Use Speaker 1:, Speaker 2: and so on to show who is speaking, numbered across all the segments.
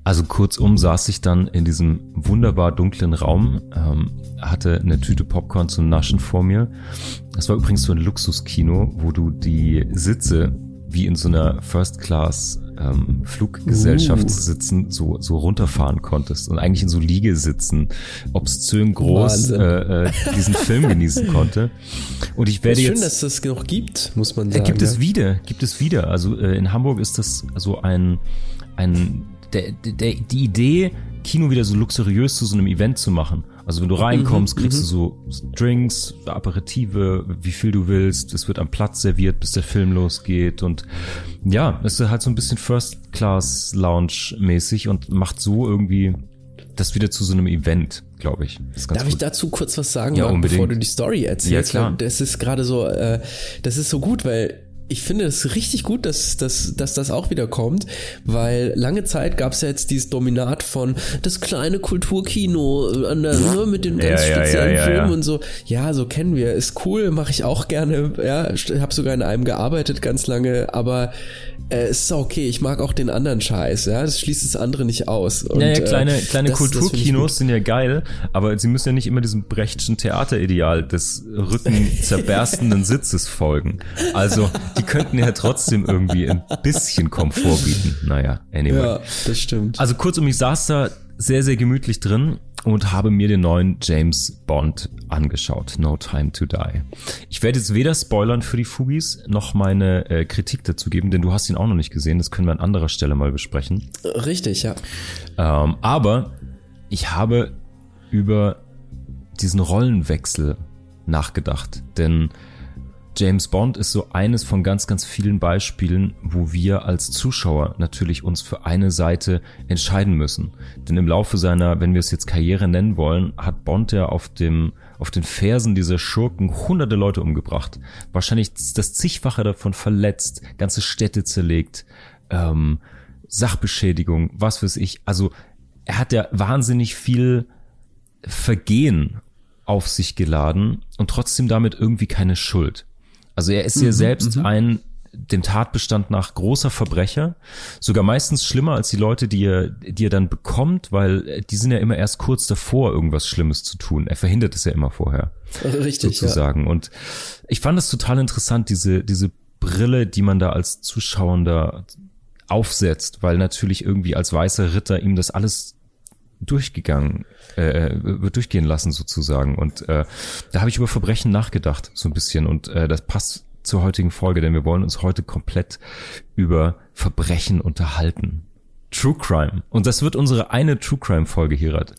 Speaker 1: Also kurzum saß ich dann in diesem wunderbar dunklen Raum, hatte eine Tüte Popcorn zum Naschen vor mir. Das war übrigens so ein Luxuskino, wo du die Sitze wie in so einer First-Class Fluggesellschaft sitzen, so runterfahren konntest und eigentlich in so Liegesitzen obszön groß diesen Film genießen konnte. Und ich werde
Speaker 2: schön, dass das noch gibt, muss man sagen.
Speaker 1: Gibt es wieder. Also in Hamburg ist das so die Idee, Kino wieder so luxuriös zu so einem Event zu machen. Also wenn du reinkommst, kriegst du so Drinks, Aperitive, wie viel du willst. Es wird am Platz serviert, bis der Film losgeht. Und ja, es ist halt so ein bisschen First-Class-Lounge-mäßig und macht so irgendwie das wieder zu so einem Event, glaube ich.
Speaker 2: Darf ich dazu kurz was sagen,
Speaker 1: ja,
Speaker 2: bevor du die Story erzählst?
Speaker 1: Ja, klar.
Speaker 2: Das ist gerade so, das ist so gut, weil ich finde es richtig gut, dass das auch wieder kommt, weil lange Zeit gab es ja jetzt dieses Dominat von das kleine Kulturkino mit den ganz speziellen Filmen und so. Ja, so kennen wir. Ist cool, mache ich auch gerne. Ja, habe sogar in einem gearbeitet ganz lange, aber es ist okay. Ich mag auch den anderen Scheiß. Ja, das schließt das andere nicht aus. Und,
Speaker 1: kleine Kulturkinos sind ja geil, aber sie müssen ja nicht immer diesem Brechtschen Theaterideal des rückenzerberstenden Sitzes folgen. Also die könnten ja trotzdem irgendwie ein bisschen Komfort bieten. Naja, anyway.
Speaker 2: Ja, das stimmt.
Speaker 1: Also kurzum, ich saß da sehr, sehr gemütlich drin und habe mir den neuen James Bond angeschaut. No Time to Die. Ich werde jetzt weder spoilern für die Fugis, noch meine Kritik dazu geben, denn du hast ihn auch noch nicht gesehen. Das können wir an anderer Stelle mal besprechen.
Speaker 2: Richtig, ja.
Speaker 1: Aber ich habe über diesen Rollenwechsel nachgedacht, denn James Bond ist so eines von ganz, ganz vielen Beispielen, wo wir als Zuschauer natürlich uns für eine Seite entscheiden müssen. Denn im Laufe seiner, wenn wir es jetzt Karriere nennen wollen, hat Bond ja auf den Fersen dieser Schurken hunderte Leute umgebracht. Wahrscheinlich das Zigfache davon verletzt, ganze Städte zerlegt, Sachbeschädigung, was weiß ich. Also er hat ja wahnsinnig viel Vergehen auf sich geladen und trotzdem damit irgendwie keine Schuld. Also er ist ja selbst dem Tatbestand nach großer Verbrecher, sogar meistens schlimmer als die Leute, die er dann bekommt, weil die sind ja immer erst kurz davor, irgendwas Schlimmes zu tun. Er verhindert es ja immer vorher.
Speaker 2: Richtig,
Speaker 1: sozusagen.
Speaker 2: Ja.
Speaker 1: Und ich fand das total interessant, diese Brille, die man da als Zuschauender aufsetzt, weil natürlich irgendwie als weißer Ritter ihm das alles wird durchgehen lassen sozusagen. Und da habe ich über Verbrechen nachgedacht, so ein bisschen. Und das passt zur heutigen Folge, denn wir wollen uns heute komplett über Verbrechen unterhalten. True Crime. Und das wird unsere eine True Crime Folge, Hirat.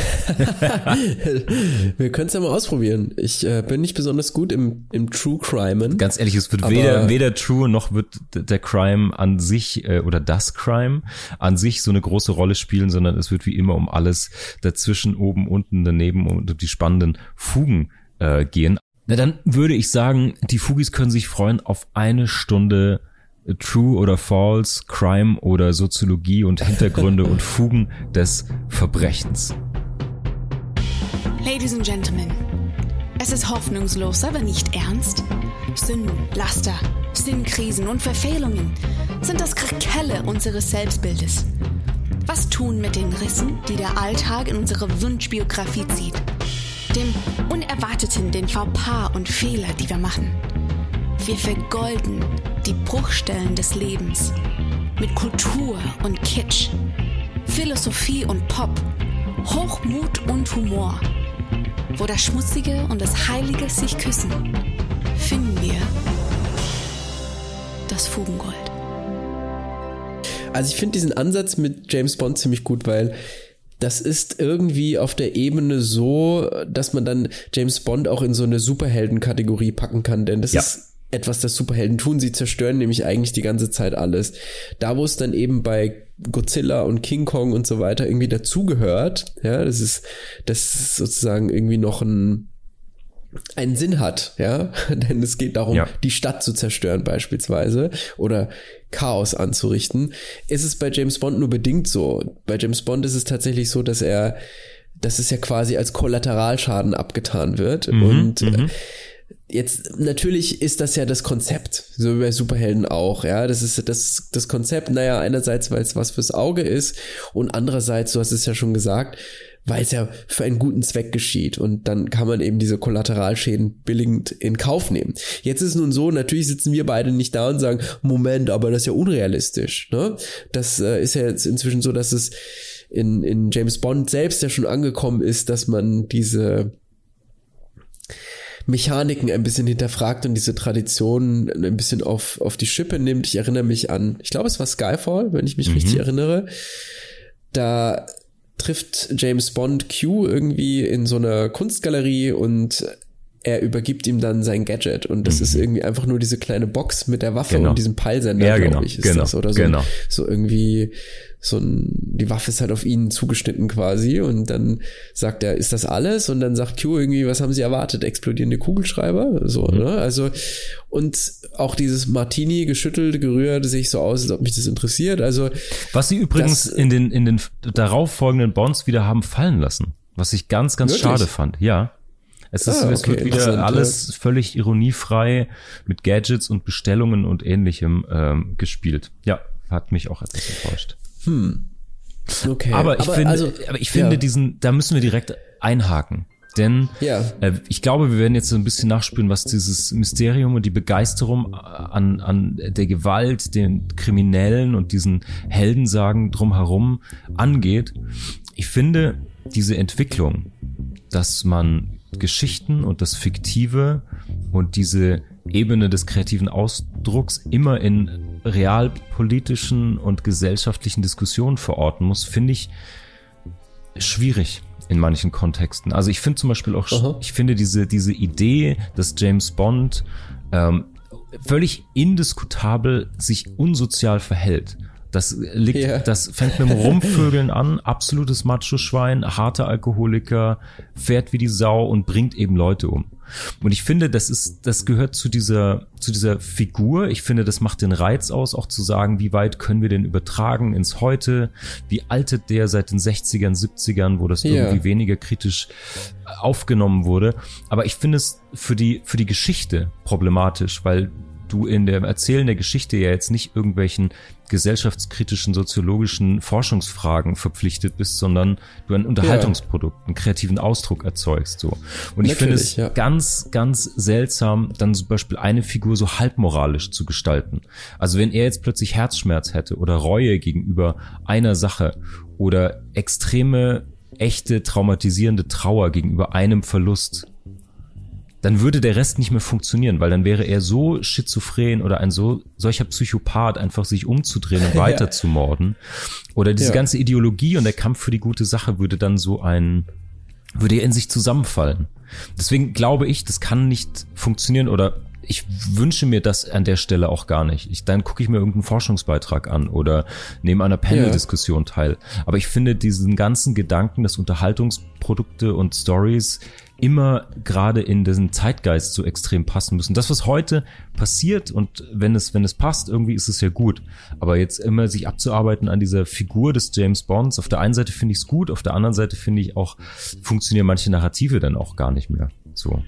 Speaker 2: Wir können es ja mal ausprobieren. Ich bin nicht besonders gut im True Crimen.
Speaker 1: Ganz ehrlich, es wird weder True noch wird der Crime an sich oder das Crime an sich so eine große Rolle spielen, sondern es wird wie immer um alles dazwischen, oben, unten, daneben und um die spannenden Fugen gehen. Na dann würde ich sagen, die Fugis können sich freuen auf eine Stunde True oder False, Crime oder Soziologie und Hintergründe und Fugen des Verbrechens.
Speaker 3: Ladies and Gentlemen, es ist hoffnungslos, aber nicht ernst. Sünden, Laster, Sinnkrisen und Verfehlungen sind das Krakelle unseres Selbstbildes. Was tun mit den Rissen, die der Alltag in unsere Wunschbiografie zieht? Dem Unerwarteten, den Fauxpas und Fehler, die wir machen. Wir vergolden die Bruchstellen des Lebens mit Kultur und Kitsch, Philosophie und Pop, Hochmut und Humor. Wo das Schmutzige und das Heilige sich küssen, finden wir das Fugengold.
Speaker 2: Also ich finde diesen Ansatz mit James Bond ziemlich gut, weil das ist irgendwie auf der Ebene so, dass man dann James Bond auch in so eine Superhelden-Kategorie packen kann, denn das ist etwas, das Superhelden tun. Sie zerstören nämlich eigentlich die ganze Zeit alles. Da, wo es dann eben bei Godzilla und King Kong und so weiter irgendwie dazugehört, ja, das ist sozusagen irgendwie noch einen Sinn hat, ja, denn es geht darum, die Stadt zu zerstören beispielsweise oder Chaos anzurichten, ist es bei James Bond nur bedingt so. Bei James Bond ist es tatsächlich so, dass es ja quasi als Kollateralschaden abgetan wird und Jetzt, natürlich ist das ja das Konzept, so wie bei Superhelden auch, ja, das ist das Konzept, naja, einerseits, weil es was fürs Auge ist und andererseits, du hast es ja schon gesagt, weil es ja für einen guten Zweck geschieht und dann kann man eben diese Kollateralschäden billigend in Kauf nehmen. Jetzt ist nun so, natürlich sitzen wir beide nicht da und sagen, Moment, aber das ist ja unrealistisch, ne? Das ist ja jetzt inzwischen so, dass es in James Bond selbst ja schon angekommen ist, dass man diese Mechaniken ein bisschen hinterfragt und diese Tradition ein bisschen auf die Schippe nimmt. Ich erinnere mich an, ich glaube, es war Skyfall, wenn ich mich richtig erinnere. Da trifft James Bond Q irgendwie in so einer Kunstgalerie und er übergibt ihm dann sein Gadget und das ist irgendwie einfach nur diese kleine Box mit der Waffe und diesem Peilsender, glaube ich, ist das oder so. So irgendwie die Waffe ist halt auf ihn zugeschnitten quasi und dann sagt er, ist das alles? Und dann sagt Q irgendwie, was haben sie erwartet? Explodierende Kugelschreiber? So, ne? Also, und auch dieses Martini geschüttelt, gerührt, sehe ich so aus, als ob mich das interessiert. Also,
Speaker 1: was sie übrigens in den darauffolgenden Bonds wieder haben fallen lassen, was ich ganz, ganz schade fand. Ja. Es wird wieder alles völlig ironiefrei mit Gadgets und Bestellungen und Ähnlichem gespielt. Ja, hat mich auch etwas enttäuscht.
Speaker 2: Okay.
Speaker 1: Aber ich finde da müssen wir direkt einhaken. Denn ich glaube, wir werden jetzt so ein bisschen nachspüren, was dieses Mysterium und die Begeisterung an der Gewalt, den Kriminellen und diesen Heldensagen drumherum angeht. Ich finde diese Entwicklung, dass man Geschichten und das Fiktive und diese Ebene des kreativen Ausdrucks immer in realpolitischen und gesellschaftlichen Diskussionen verorten muss, finde ich schwierig in manchen Kontexten. Also ich finde zum Beispiel auch, ich finde diese Idee, dass James Bond völlig indiskutabel sich unsozial verhält. Das fängt mit dem Rumvögeln an, absolutes Macho-Schwein, harter Alkoholiker, fährt wie die Sau und bringt eben Leute um. Und ich finde, das gehört zu dieser Figur. Ich finde, das macht den Reiz aus, auch zu sagen, wie weit können wir den übertragen ins Heute? Wie altet der seit den 60ern, 70ern, wo das irgendwie weniger kritisch aufgenommen wurde? Aber ich finde es für die Geschichte problematisch, weil du in dem Erzählen der Geschichte ja jetzt nicht irgendwelchen gesellschaftskritischen, soziologischen Forschungsfragen verpflichtet bist, sondern du ein Unterhaltungsprodukt, einen kreativen Ausdruck erzeugst, so. Und ich finde es ganz, ganz seltsam, dann zum Beispiel eine Figur so halbmoralisch zu gestalten. Also wenn er jetzt plötzlich Herzschmerz hätte oder Reue gegenüber einer Sache oder extreme, echte, traumatisierende Trauer gegenüber einem Verlust, dann würde der Rest nicht mehr funktionieren, weil dann wäre er so schizophren oder ein solcher Psychopath, einfach sich umzudrehen und weiter zu morden. Oder diese ganze Ideologie und der Kampf für die gute Sache würde dann würde in sich zusammenfallen. Deswegen glaube ich, das kann nicht funktionieren oder ich wünsche mir das an der Stelle auch gar nicht. Dann gucke ich mir irgendeinen Forschungsbeitrag an oder nehme an einer Panel-Diskussion teil. Aber ich finde diesen ganzen Gedanken, dass Unterhaltungsprodukte und Stories immer gerade in diesen Zeitgeist so extrem passen müssen. Das, was heute passiert und wenn es passt, irgendwie ist es ja gut. Aber jetzt immer sich abzuarbeiten an dieser Figur des James Bonds, auf der einen Seite finde ich es gut, auf der anderen Seite finde ich auch, funktionieren manche Narrative dann auch gar nicht mehr so.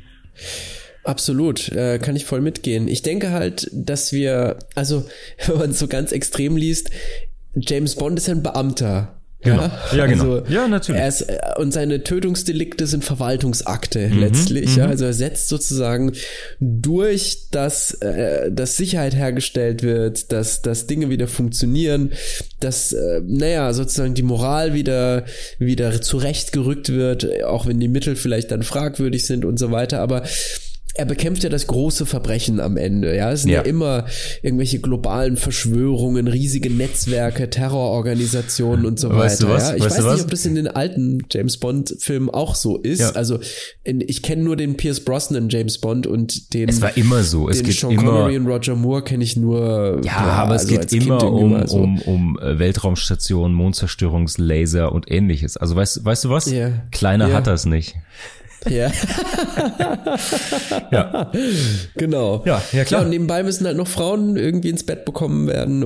Speaker 2: Absolut, kann ich voll mitgehen. Ich denke halt, dass wenn man es so ganz extrem liest, James Bond ist ja ein Beamter.
Speaker 1: Genau. Ja, genau.
Speaker 2: Also,
Speaker 1: ja, natürlich.
Speaker 2: Und seine Tötungsdelikte sind Verwaltungsakte letztlich. Ja, also er setzt sozusagen durch, dass Sicherheit hergestellt wird, dass Dinge wieder funktionieren, dass sozusagen die Moral wieder zurechtgerückt wird, auch wenn die Mittel vielleicht dann fragwürdig sind und so weiter. Aber er bekämpft ja das große Verbrechen am Ende, ja. Es sind ja immer irgendwelche globalen Verschwörungen, riesige Netzwerke, Terrororganisationen und so weiter. Ja. Ich weiß nicht, ob das in den alten James Bond-Filmen auch so ist. Ja. Also ich kenne nur den Pierce Brosnan James Bond und den.
Speaker 1: Es war immer so. Es
Speaker 2: den
Speaker 1: geht
Speaker 2: Sean
Speaker 1: immer.
Speaker 2: Connery und Roger Moore kenne ich nur.
Speaker 1: Ja, aber es geht immer um Weltraumstationen, Mondzerstörungslaser und Ähnliches. Also weißt du was?
Speaker 2: Ja.
Speaker 1: Kleiner hat das nicht.
Speaker 2: Ja.
Speaker 1: Ja.
Speaker 2: Genau.
Speaker 1: Ja, klar.
Speaker 2: Ja, und nebenbei müssen halt noch Frauen irgendwie ins Bett bekommen werden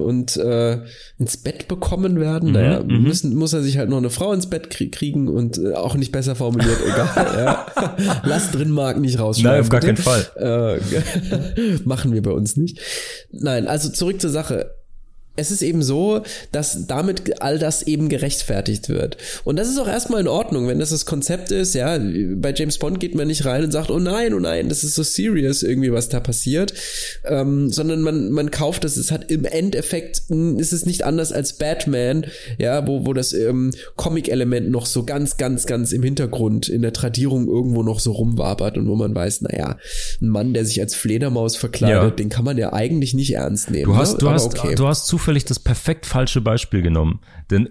Speaker 2: naja, muss er sich halt noch eine Frau ins Bett kriegen und auch nicht besser formuliert, egal. Ja. Lass drin Mark nicht rausschreiben.
Speaker 1: Nein, auf gar
Speaker 2: bitte.
Speaker 1: keinen Fall.
Speaker 2: Machen wir bei uns nicht. Nein, also zurück zur Sache. Es ist eben so, dass damit all das eben gerechtfertigt wird. Und das ist auch erstmal in Ordnung, wenn das Konzept ist, ja, bei James Bond geht man nicht rein und sagt, oh nein, das ist so serious irgendwie, was da passiert, sondern man kauft das, es hat im Endeffekt, ist es nicht anders als Batman, ja, wo das Comic-Element noch so ganz, ganz, ganz im Hintergrund in der Tradierung irgendwo noch so rumwabert und wo man weiß, naja, ein Mann, der sich als Fledermaus verkleidet, den kann man ja eigentlich nicht ernst nehmen.
Speaker 1: Du hast zufällig das perfekt falsche Beispiel genommen. Denn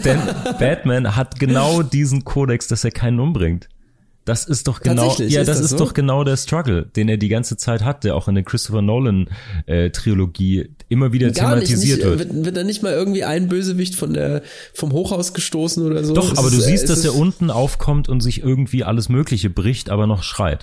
Speaker 1: Batman hat genau diesen Kodex, dass er keinen umbringt. Das ist doch genau, das ist so? Doch genau der Struggle, den er die ganze Zeit hat, der auch in der Christopher Nolan Trilogie immer wieder thematisiert wird.
Speaker 2: Wird da nicht mal irgendwie ein Bösewicht vom Hochhaus gestoßen oder so?
Speaker 1: Doch, aber du siehst, dass er unten aufkommt und sich irgendwie alles Mögliche bricht, aber noch schreit.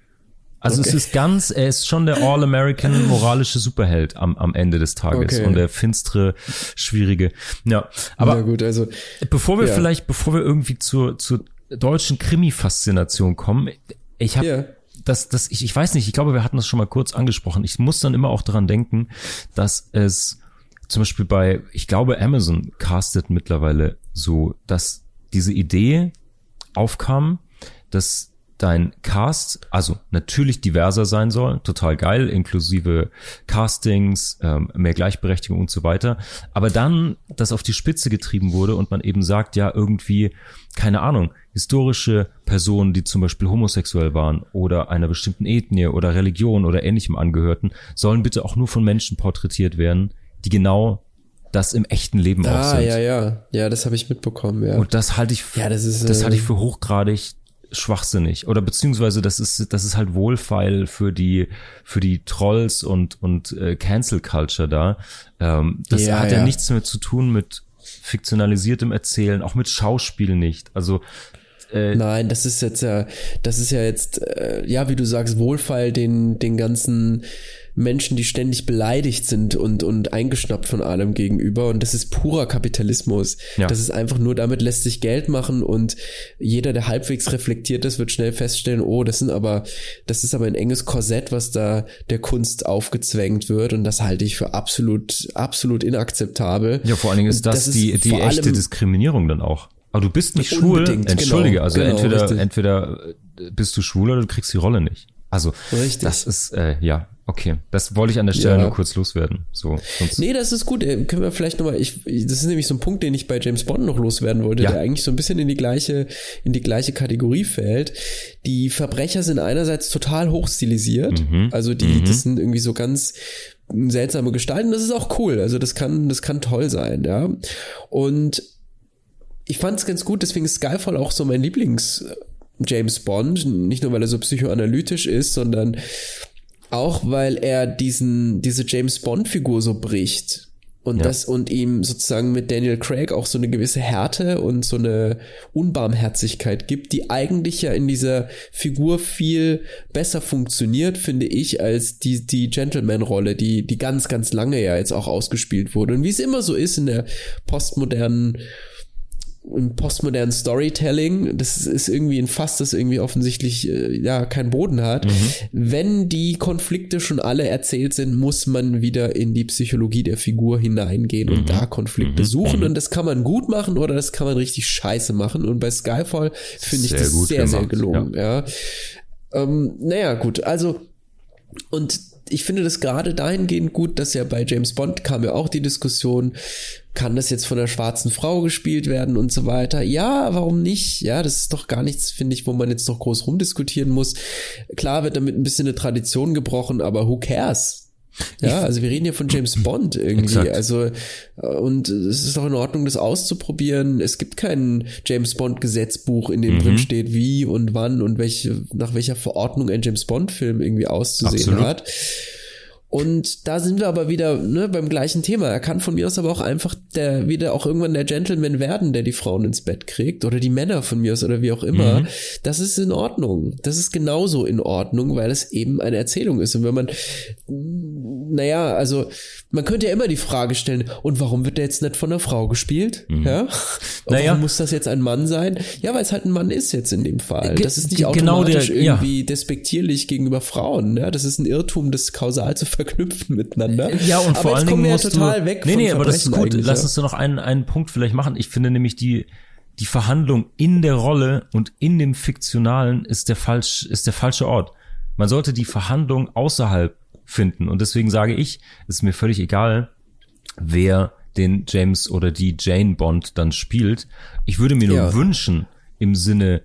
Speaker 1: Also es ist er ist schon der All-American moralische Superheld am Ende des Tages und der finstere, schwierige. Ja, aber
Speaker 2: ja, gut, also
Speaker 1: bevor wir irgendwie zur deutschen Krimi-Faszination kommen, ich habe ich weiß nicht, ich glaube, wir hatten das schon mal kurz angesprochen. Ich muss dann immer auch daran denken, dass es zum Beispiel ich glaube, Amazon castet mittlerweile so, dass diese Idee aufkam, dass dein Cast, also natürlich diverser sein soll, total geil, inklusive Castings, mehr Gleichberechtigung und so weiter, aber dann das auf die Spitze getrieben wurde und man eben sagt, ja irgendwie, keine Ahnung, historische Personen, die zum Beispiel homosexuell waren oder einer bestimmten Ethnie oder Religion oder Ähnlichem angehörten, sollen bitte auch nur von Menschen porträtiert werden, die genau das im echten Leben auch sind.
Speaker 2: Ja, das habe ich mitbekommen, ja.
Speaker 1: Und das halte ich für hochgradig schwachsinnig oder beziehungsweise das ist halt wohlfeil für die Trolls und Cancel Culture da. Das hat ja nichts mehr zu tun mit fiktionalisiertem Erzählen, auch mit Schauspiel nicht. Also
Speaker 2: nein, das ist ja jetzt, wie du sagst, wohlfeil den ganzen Menschen, die ständig beleidigt sind und eingeschnappt von allem gegenüber, und das ist purer Kapitalismus. Ja. Das ist einfach nur, damit lässt sich Geld machen, und jeder, der halbwegs reflektiert ist, wird schnell feststellen, das ist aber ein enges Korsett, was da der Kunst aufgezwängt wird, und das halte ich für absolut, absolut inakzeptabel.
Speaker 1: Ja, vor allen Dingen ist das die echte Diskriminierung dann auch. Aber du bist nicht schwul, entschuldige, entweder bist du schwul oder du kriegst die Rolle nicht. Also, richtig. Das ist, okay. Das wollte ich an der Stelle nur kurz loswerden. So,
Speaker 2: nee, das ist gut. Können wir vielleicht nochmal, das ist nämlich so ein Punkt, den ich bei James Bond noch loswerden wollte, der eigentlich so ein bisschen in die gleiche Kategorie fällt. Die Verbrecher sind einerseits total hochstilisiert. Also das sind irgendwie so ganz seltsame Gestalten. Das ist auch cool. Also das kann toll sein, ja. Und ich fand es ganz gut, deswegen ist Skyfall auch so mein Lieblings-James Bond. Nicht nur, weil er so psychoanalytisch ist, sondern auch, weil er diese James Bond-Figur so bricht. Und ihm sozusagen mit Daniel Craig auch so eine gewisse Härte und so eine Unbarmherzigkeit gibt, die eigentlich ja in dieser Figur viel besser funktioniert, finde ich, als die Gentleman-Rolle, die ganz, ganz lange ja jetzt auch ausgespielt wurde. Und wie es immer so ist im postmodernen Storytelling, das ist irgendwie ein Fass, das irgendwie offensichtlich keinen Boden hat. Wenn die Konflikte schon alle erzählt sind, muss man wieder in die Psychologie der Figur hineingehen und da Konflikte suchen, und das kann man gut machen oder das kann man richtig scheiße machen, und bei Skyfall finde ich das sehr, sehr gelungen. Ja. Gut, also, und ich finde das gerade dahingehend gut, dass ja bei James Bond kam ja auch die Diskussion, kann das jetzt von einer schwarzen Frau gespielt werden und so weiter. Ja, warum nicht? Ja, das ist doch gar nichts, finde ich, wo man jetzt noch groß rumdiskutieren muss. Klar wird damit ein bisschen eine Tradition gebrochen, aber who cares? Ja, also wir reden hier von James Bond irgendwie. Exakt. Also, und es ist doch in Ordnung, das auszuprobieren. Es gibt kein James Bond Gesetzbuch, in dem drin steht, wie und wann und nach welcher Verordnung ein James Bond Film irgendwie auszusehen hat. Und da sind wir aber wieder beim gleichen Thema. Er kann von mir aus aber auch einfach wieder auch irgendwann der Gentleman werden, der die Frauen ins Bett kriegt oder die Männer von mir aus oder wie auch immer. Das ist in Ordnung. Das ist genauso in Ordnung, weil es eben eine Erzählung ist. Und wenn man, also man könnte ja immer die Frage stellen, und warum wird der jetzt nicht von einer Frau gespielt? Ja? Warum muss das jetzt ein Mann sein? Ja, weil es halt ein Mann ist jetzt in dem Fall. Das ist nicht automatisch irgendwie despektierlich gegenüber Frauen. Ja? Das ist ein Irrtum, das kausal zu verknüpfen miteinander.
Speaker 1: Ja, und vor allen Dingen musst
Speaker 2: total weg von
Speaker 1: aber das ist gut. Lass uns doch noch einen Punkt vielleicht machen. Ich finde nämlich die Verhandlung in der Rolle und in dem Fiktionalen ist der falsche Ort. Man sollte die Verhandlung außerhalb finden. Und deswegen sage ich, es ist mir völlig egal, wer den James oder die Jane Bond dann spielt. Ich würde mir nur wünschen, im Sinne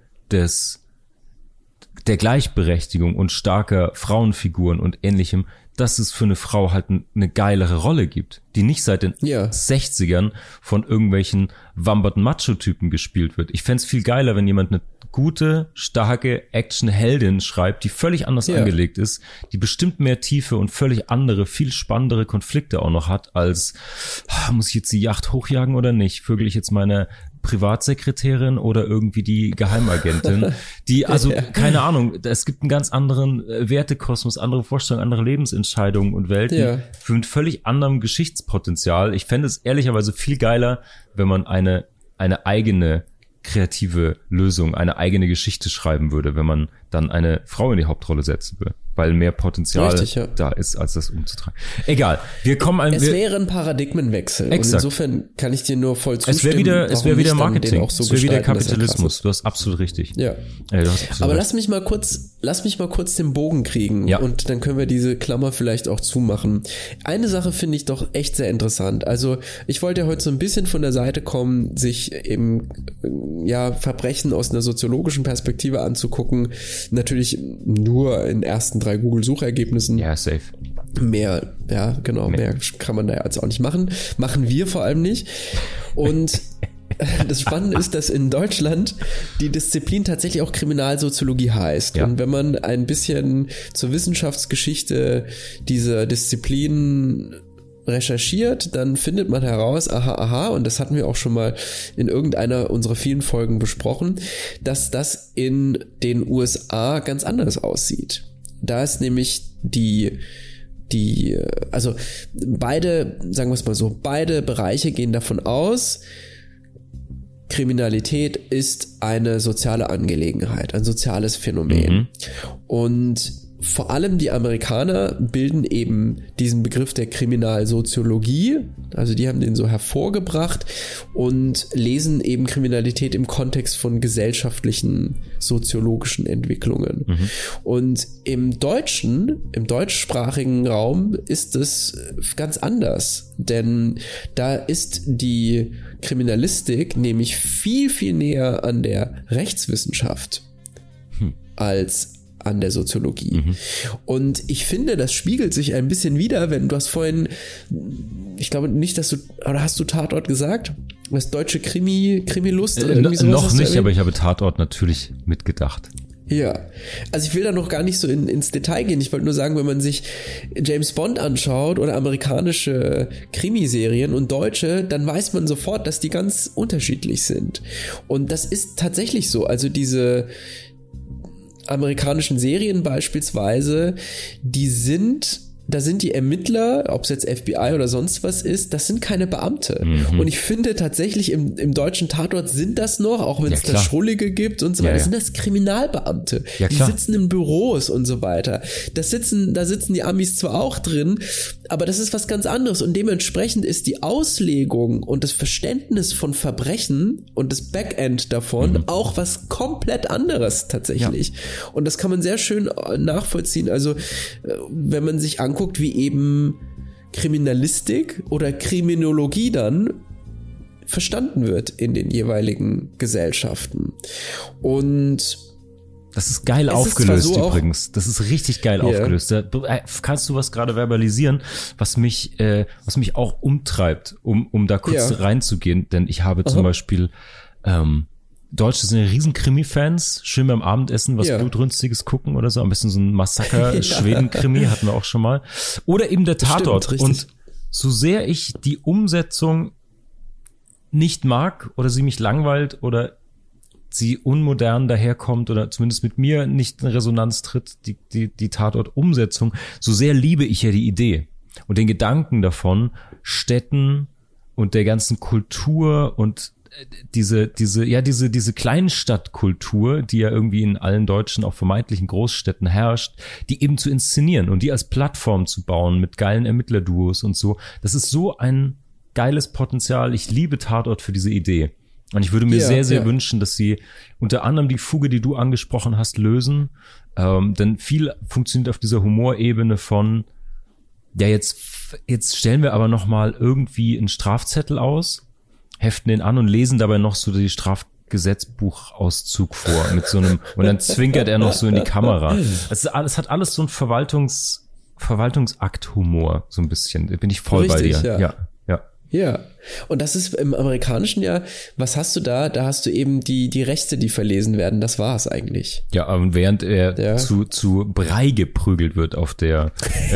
Speaker 1: der Gleichberechtigung und starker Frauenfiguren und ähnlichem, dass es für eine Frau halt eine geilere Rolle gibt, die nicht seit den 60ern von irgendwelchen wamberten Macho-Typen gespielt wird. Ich fänd's viel geiler, wenn jemand eine gute, starke Action-Heldin schreibt, die völlig anders angelegt ist, die bestimmt mehr Tiefe und völlig andere, viel spannendere Konflikte auch noch hat, als muss ich jetzt die Yacht hochjagen oder nicht? Vögel ich jetzt meine Privatsekretärin oder irgendwie die Geheimagentin, die, keine Ahnung, es gibt einen ganz anderen Wertekosmos, andere Vorstellungen, andere Lebensentscheidungen und Welten mit völlig anderem Geschichtspotenzial. Ich fände es ehrlicherweise viel geiler, wenn man eine eigene kreative Lösung, eine eigene Geschichte schreiben würde, wenn man dann eine Frau in die Hauptrolle setzen will, weil mehr Potenzial da ist, als das umzutragen. Egal, es
Speaker 2: wäre ein Paradigmenwechsel.
Speaker 1: Exakt.
Speaker 2: Und insofern kann ich dir nur voll zustimmen.
Speaker 1: Es wäre wieder Marketing, es wäre wieder Kapitalismus. Du hast absolut richtig.
Speaker 2: Ja. Aber lass mich mal kurz den Bogen kriegen und dann können wir diese Klammer vielleicht auch zumachen. Eine Sache finde ich doch echt sehr interessant. Also ich wollte ja heute so ein bisschen von der Seite kommen, sich eben Verbrechen aus einer soziologischen Perspektive anzugucken. Natürlich nur in ersten 3 Google-Suchergebnissen.
Speaker 1: Ja, safe.
Speaker 2: Mehr kann man da jetzt auch nicht machen. Machen wir vor allem nicht. Und das Spannende ist, dass in Deutschland die Disziplin tatsächlich auch Kriminalsoziologie heißt. Und wenn man ein bisschen zur Wissenschaftsgeschichte dieser Disziplin recherchiert, dann findet man heraus, und das hatten wir auch schon mal in irgendeiner unserer vielen Folgen besprochen, dass das in den USA ganz anders aussieht. Da ist nämlich beide Bereiche gehen davon aus, Kriminalität ist eine soziale Angelegenheit, ein soziales Phänomen. Und vor allem die Amerikaner bilden eben diesen Begriff der Kriminalsoziologie, also die haben den so hervorgebracht und lesen eben Kriminalität im Kontext von gesellschaftlichen, soziologischen Entwicklungen. Und im deutschsprachigen Raum ist es ganz anders, denn da ist die Kriminalistik nämlich viel, viel näher an der Rechtswissenschaft als an der Soziologie. Und ich finde, das spiegelt sich ein bisschen wider, wenn du hast vorhin, ich glaube nicht, hast du Tatort gesagt? Das deutsche Krimi-Lust oder irgendwie sowas?
Speaker 1: Noch nicht, aber ich habe Tatort natürlich mitgedacht.
Speaker 2: Ja, also ich will da noch gar nicht so ins Detail gehen. Ich wollte nur sagen, wenn man sich James Bond anschaut oder amerikanische Krimiserien und deutsche, dann weiß man sofort, dass die ganz unterschiedlich sind. Und das ist tatsächlich so. Also diese amerikanischen Serien beispielsweise, da sind die Ermittler, ob es jetzt FBI oder sonst was ist, das sind keine Beamte. Und ich finde tatsächlich im deutschen Tatort sind das noch, auch wenn es da Schrullige gibt und so weiter, sind das Kriminalbeamte. Die sitzen in Büros und so weiter. Da sitzen die Amis zwar auch drin, aber das ist was ganz anderes und dementsprechend ist die Auslegung und das Verständnis von Verbrechen und das Backend davon auch was komplett anderes tatsächlich. Und das kann man sehr schön nachvollziehen. Also wenn man sich anguckt, wie eben Kriminalistik oder Kriminologie dann verstanden wird in den jeweiligen Gesellschaften. Und
Speaker 1: das ist geil aufgelöst übrigens. Das ist richtig geil aufgelöst. Kannst du was gerade verbalisieren, was mich auch umtreibt, um da kurz reinzugehen? Denn ich habe zum Beispiel Deutsche sind ja riesen Krimi-Fans, schön beim Abendessen was
Speaker 2: Ja.
Speaker 1: Blutrünstiges gucken oder so, am besten so ein Massaker-Schweden-Krimi hatten wir auch schon mal. Oder eben der Tatort.
Speaker 2: Stimmt,
Speaker 1: Und
Speaker 2: richtig.
Speaker 1: so sehr ich die Umsetzung nicht mag oder sie mich langweilt oder sie unmodern daherkommt oder zumindest mit mir nicht in Resonanz tritt, die Tatort-Umsetzung, so sehr liebe ich ja die Idee und den Gedanken davon, Städten und der ganzen Kultur und diese Kleinstadtkultur, die ja irgendwie in allen deutschen, auch vermeintlichen Großstädten herrscht, die eben zu inszenieren und die als Plattform zu bauen mit geilen Ermittlerduos und so. Das ist so ein geiles Potenzial. Ich liebe Tatort für diese Idee. Und ich würde mir sehr wünschen, dass sie unter anderem die Fuge, die du angesprochen hast, lösen. Denn viel funktioniert auf dieser Humorebene von, ja, jetzt stellen wir aber noch mal irgendwie einen Strafzettel aus, heften den an und lesen dabei noch so die Strafgesetzbuchauszug vor mit so einem, und dann zwinkert er noch so in die Kamera. Es hat alles so ein Verwaltungsakt-Humor, so ein bisschen. Da bin ich voll
Speaker 2: Richtig,
Speaker 1: bei dir. Ja.
Speaker 2: Ja, und das ist im amerikanischen ja, was hast du da? Da hast du eben die Rechte, die verlesen werden, das war's eigentlich.
Speaker 1: Ja, und während er zu Brei geprügelt wird auf der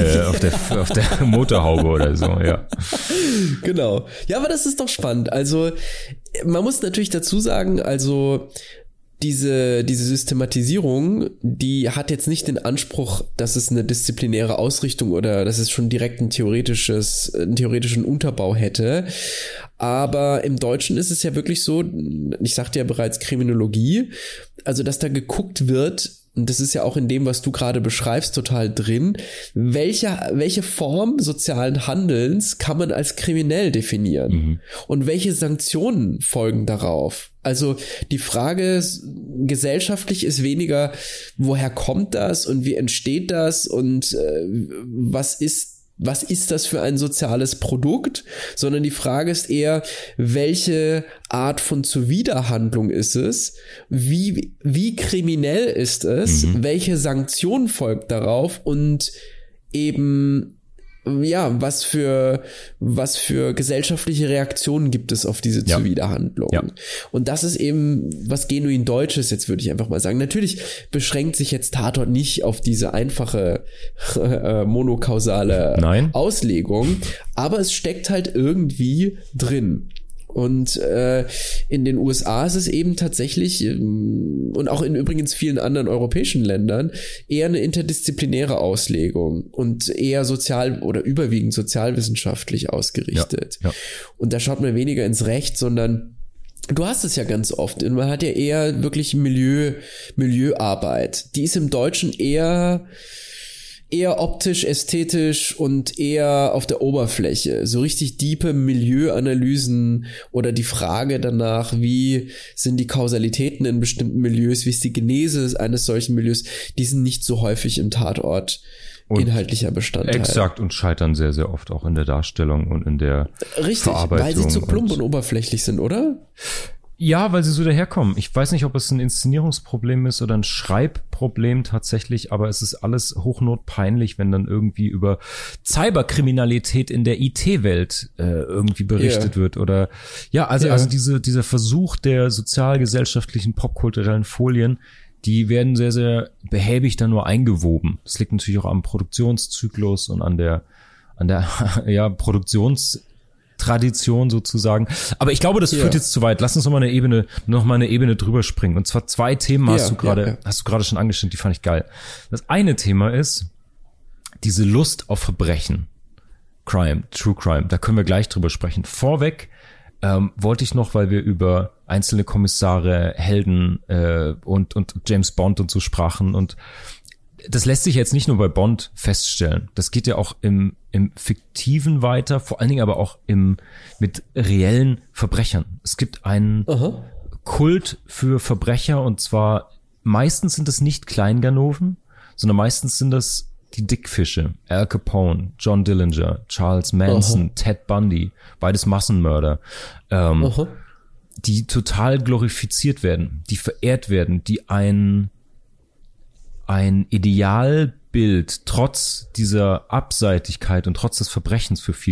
Speaker 1: Motorhaube oder so, ja.
Speaker 2: Genau. Ja, aber das ist doch spannend. Also, man muss natürlich dazu sagen, also diese Systematisierung, die hat jetzt nicht den Anspruch, dass es eine disziplinäre Ausrichtung oder dass es schon direkt einen theoretischen Unterbau hätte. Aber im Deutschen ist es ja wirklich so, ich sagte ja bereits Kriminologie, also dass da geguckt wird, und das ist ja auch in dem, was du gerade beschreibst, total drin, welche Form sozialen Handelns kann man als kriminell definieren? Und welche Sanktionen folgen darauf? Also die Frage gesellschaftlich ist weniger, woher kommt das und wie entsteht das und was ist das für ein soziales Produkt, sondern die Frage ist eher, welche Art von Zuwiderhandlung ist es, wie kriminell ist es, welche Sanktion folgt darauf und eben ja, was für gesellschaftliche Reaktionen gibt es auf diese Zuwiderhandlung. Ja. Und das ist eben was genuin Deutsches, jetzt würde ich einfach mal sagen. Natürlich beschränkt sich jetzt Tatort nicht auf diese einfache monokausale Auslegung, aber es steckt halt irgendwie drin. Und in den USA ist es eben tatsächlich und auch in übrigens vielen anderen europäischen Ländern eher eine interdisziplinäre Auslegung und eher sozial oder überwiegend sozialwissenschaftlich ausgerichtet. Ja. Und da schaut man weniger ins Recht, sondern du hast es ja ganz oft. Man hat ja eher wirklich Milieuarbeit. Die ist im Deutschen eher optisch, ästhetisch und eher auf der Oberfläche. So richtig diepe Milieuanalysen oder die Frage danach, wie sind die Kausalitäten in bestimmten Milieus, wie ist die Genese eines solchen Milieus, die sind nicht so häufig im Tatort inhaltlicher Bestandteil.
Speaker 1: Exakt, und scheitern sehr, sehr oft auch in der Darstellung und in der Verarbeitung.
Speaker 2: Weil sie zu plump und oberflächlich sind, oder?
Speaker 1: Ja, weil sie so daherkommen. Ich weiß nicht, ob es ein Inszenierungsproblem ist oder ein Schreibproblem tatsächlich, aber es ist alles hochnotpeinlich, wenn dann irgendwie über Cyberkriminalität in der IT-Welt irgendwie berichtet wird oder also dieser Versuch der sozialgesellschaftlichen, popkulturellen Folien, die werden sehr, sehr behäbig dann nur eingewoben. Das liegt natürlich auch am Produktionszyklus und an der Produktionstradition sozusagen. Aber ich glaube, das führt jetzt zu weit. Lass uns noch mal eine Ebene drüber springen. Und zwar 2 Themen hast du gerade schon angeschnitten, die fand ich geil. Das eine Thema ist diese Lust auf Verbrechen. Crime, True Crime. Da können wir gleich drüber sprechen. Vorweg wollte ich noch, weil wir über einzelne Kommissare, Helden und James Bond und so sprachen, und das lässt sich jetzt nicht nur bei Bond feststellen. Das geht ja auch im Fiktiven weiter, vor allen Dingen aber auch mit reellen Verbrechern. Es gibt einen Kult für Verbrecher, und zwar meistens sind es nicht Kleinganoven, sondern meistens sind das die Dickfische. Al Capone, John Dillinger, Charles Manson, Ted Bundy, beides Massenmörder, die total glorifiziert werden, die verehrt werden, die ein Idealbild trotz dieser Abseitigkeit und trotz des Verbrechens für viele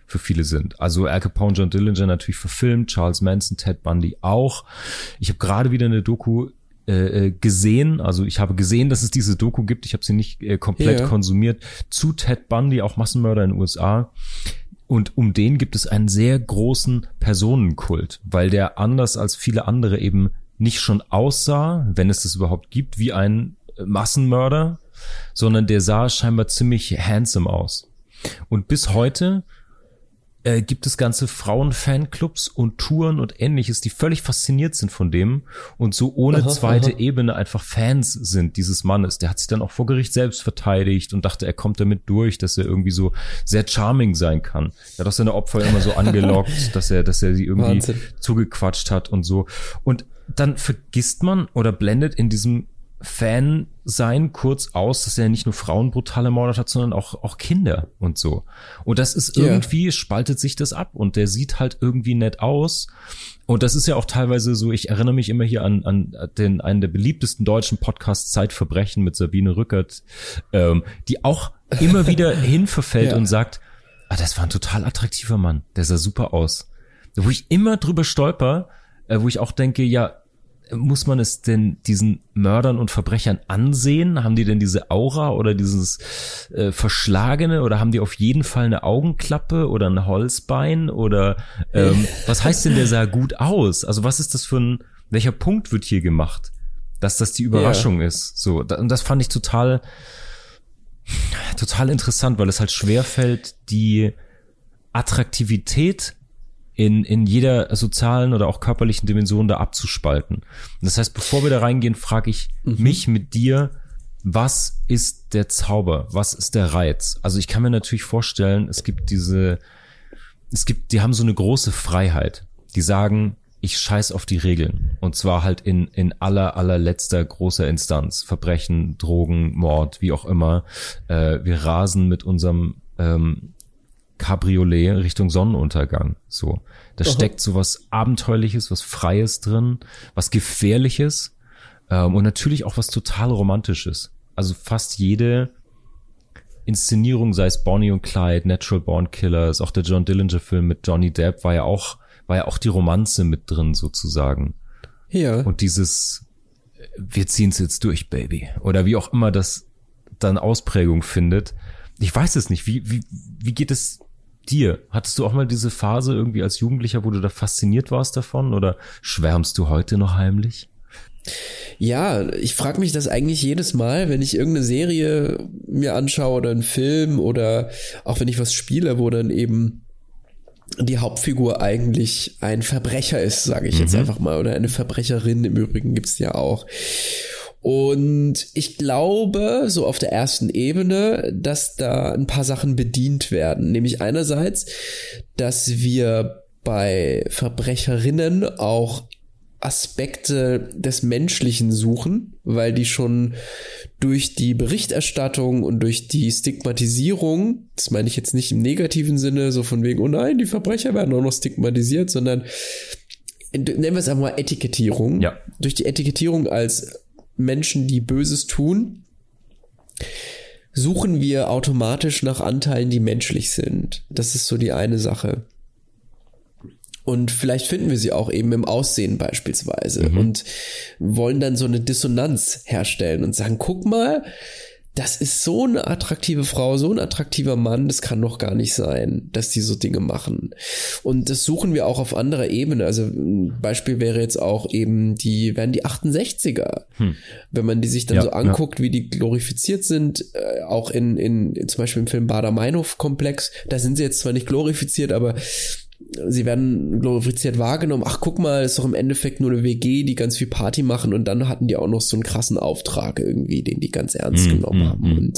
Speaker 1: für viele sind. Also Al Capone, John Dillinger natürlich verfilmt, Charles Manson, Ted Bundy auch. Ich habe gerade wieder eine Doku gesehen, also ich habe gesehen, dass es diese Doku gibt, ich habe sie nicht komplett konsumiert, zu Ted Bundy, auch Massenmörder in den USA. Und um den gibt es einen sehr großen Personenkult, weil der anders als viele andere eben nicht schon aussah, wenn es das überhaupt gibt, wie ein Massenmörder, sondern der sah scheinbar ziemlich handsome aus. Und bis heute gibt es ganze Frauen-Fanclubs und Touren und Ähnliches, die völlig fasziniert sind von dem und so ohne zweite Ebene einfach Fans sind dieses Mannes. Der hat sich dann auch vor Gericht selbst verteidigt und dachte, er kommt damit durch, dass er irgendwie so sehr charming sein kann. Er hat auch seine Opfer immer so angelockt, dass er sie irgendwie zugequatscht hat und so. Und dann vergisst man oder blendet in diesem Fan-Sein kurz aus, dass er nicht nur Frauen brutal ermordet hat, sondern auch Kinder und so. Und das ist irgendwie, spaltet sich das ab und der sieht halt irgendwie nett aus. Und das ist ja auch teilweise so, ich erinnere mich immer hier an einen der beliebtesten deutschen Podcasts, Zeitverbrechen mit Sabine Rückert, die auch immer wieder hinverfällt und sagt, das war ein total attraktiver Mann, der sah super aus. Wo ich immer drüber stolper, wo ich auch denke, ja, muss man es denn diesen Mördern und Verbrechern ansehen? Haben die denn diese Aura oder dieses Verschlagene oder haben die auf jeden Fall eine Augenklappe oder ein Holzbein oder was heißt denn, der sah gut aus? Also was ist das welcher Punkt wird hier gemacht, dass das die Überraschung ist? So, und das fand ich total interessant, weil es halt schwerfällt, die Attraktivität in jeder sozialen oder auch körperlichen Dimension da abzuspalten. Und das heißt, bevor wir da reingehen, frage ich mich mit dir, was ist der Zauber? Was ist der Reiz? Also ich kann mir natürlich vorstellen, die haben so eine große Freiheit. Die sagen, ich scheiß auf die Regeln. Und zwar halt in allerletzter großer Instanz. Verbrechen, Drogen, Mord, wie auch immer. Wir rasen mit unserem Cabriolet Richtung Sonnenuntergang. So, da steckt so was Abenteuerliches, was Freies drin, was Gefährliches und natürlich auch was total Romantisches. Also fast jede Inszenierung, sei es Bonnie und Clyde, Natural Born Killers, auch der John Dillinger Film mit Johnny Depp, war ja auch die Romanze mit drin sozusagen. Ja. Und dieses, wir ziehen's jetzt durch, Baby. Oder wie auch immer das dann Ausprägung findet. Ich weiß es nicht. Wie geht es dir? Hattest du auch mal diese Phase irgendwie als Jugendlicher, wo du da fasziniert warst davon? Oder schwärmst du heute noch heimlich?
Speaker 2: Ja, ich frage mich das eigentlich jedes Mal, wenn ich irgendeine Serie mir anschaue oder einen Film oder auch wenn ich was spiele, wo dann eben die Hauptfigur eigentlich ein Verbrecher ist, sage ich jetzt einfach mal, oder eine Verbrecherin, im Übrigen gibt's ja auch. Und ich glaube, so auf der ersten Ebene, dass da ein paar Sachen bedient werden. Nämlich einerseits, dass wir bei Verbrecherinnen auch Aspekte des Menschlichen suchen, weil die schon durch die Berichterstattung und durch die Stigmatisierung, das meine ich jetzt nicht im negativen Sinne, so von wegen, oh nein, die Verbrecher werden auch noch stigmatisiert, sondern nennen wir es einfach mal Etikettierung. Ja. Durch die Etikettierung als Menschen, die Böses tun, suchen wir automatisch nach Anteilen, die menschlich sind. Das ist so die eine Sache. Und vielleicht finden wir sie auch eben im Aussehen beispielsweise und wollen dann so eine Dissonanz herstellen und sagen, guck mal, das ist so eine attraktive Frau, so ein attraktiver Mann, das kann doch gar nicht sein, dass die so Dinge machen. Und das suchen wir auch auf anderer Ebene. Also ein Beispiel wäre jetzt auch eben die 68er. Wenn man die sich dann so anguckt, wie die glorifiziert sind, auch in zum Beispiel im Film Baader-Meinhof-Komplex, da sind sie jetzt zwar nicht glorifiziert, aber sie werden glorifiziert wahrgenommen. Ach, guck mal, ist doch im Endeffekt nur eine WG, die ganz viel Party machen und dann hatten die auch noch so einen krassen Auftrag irgendwie, den die ganz ernst genommen haben. Und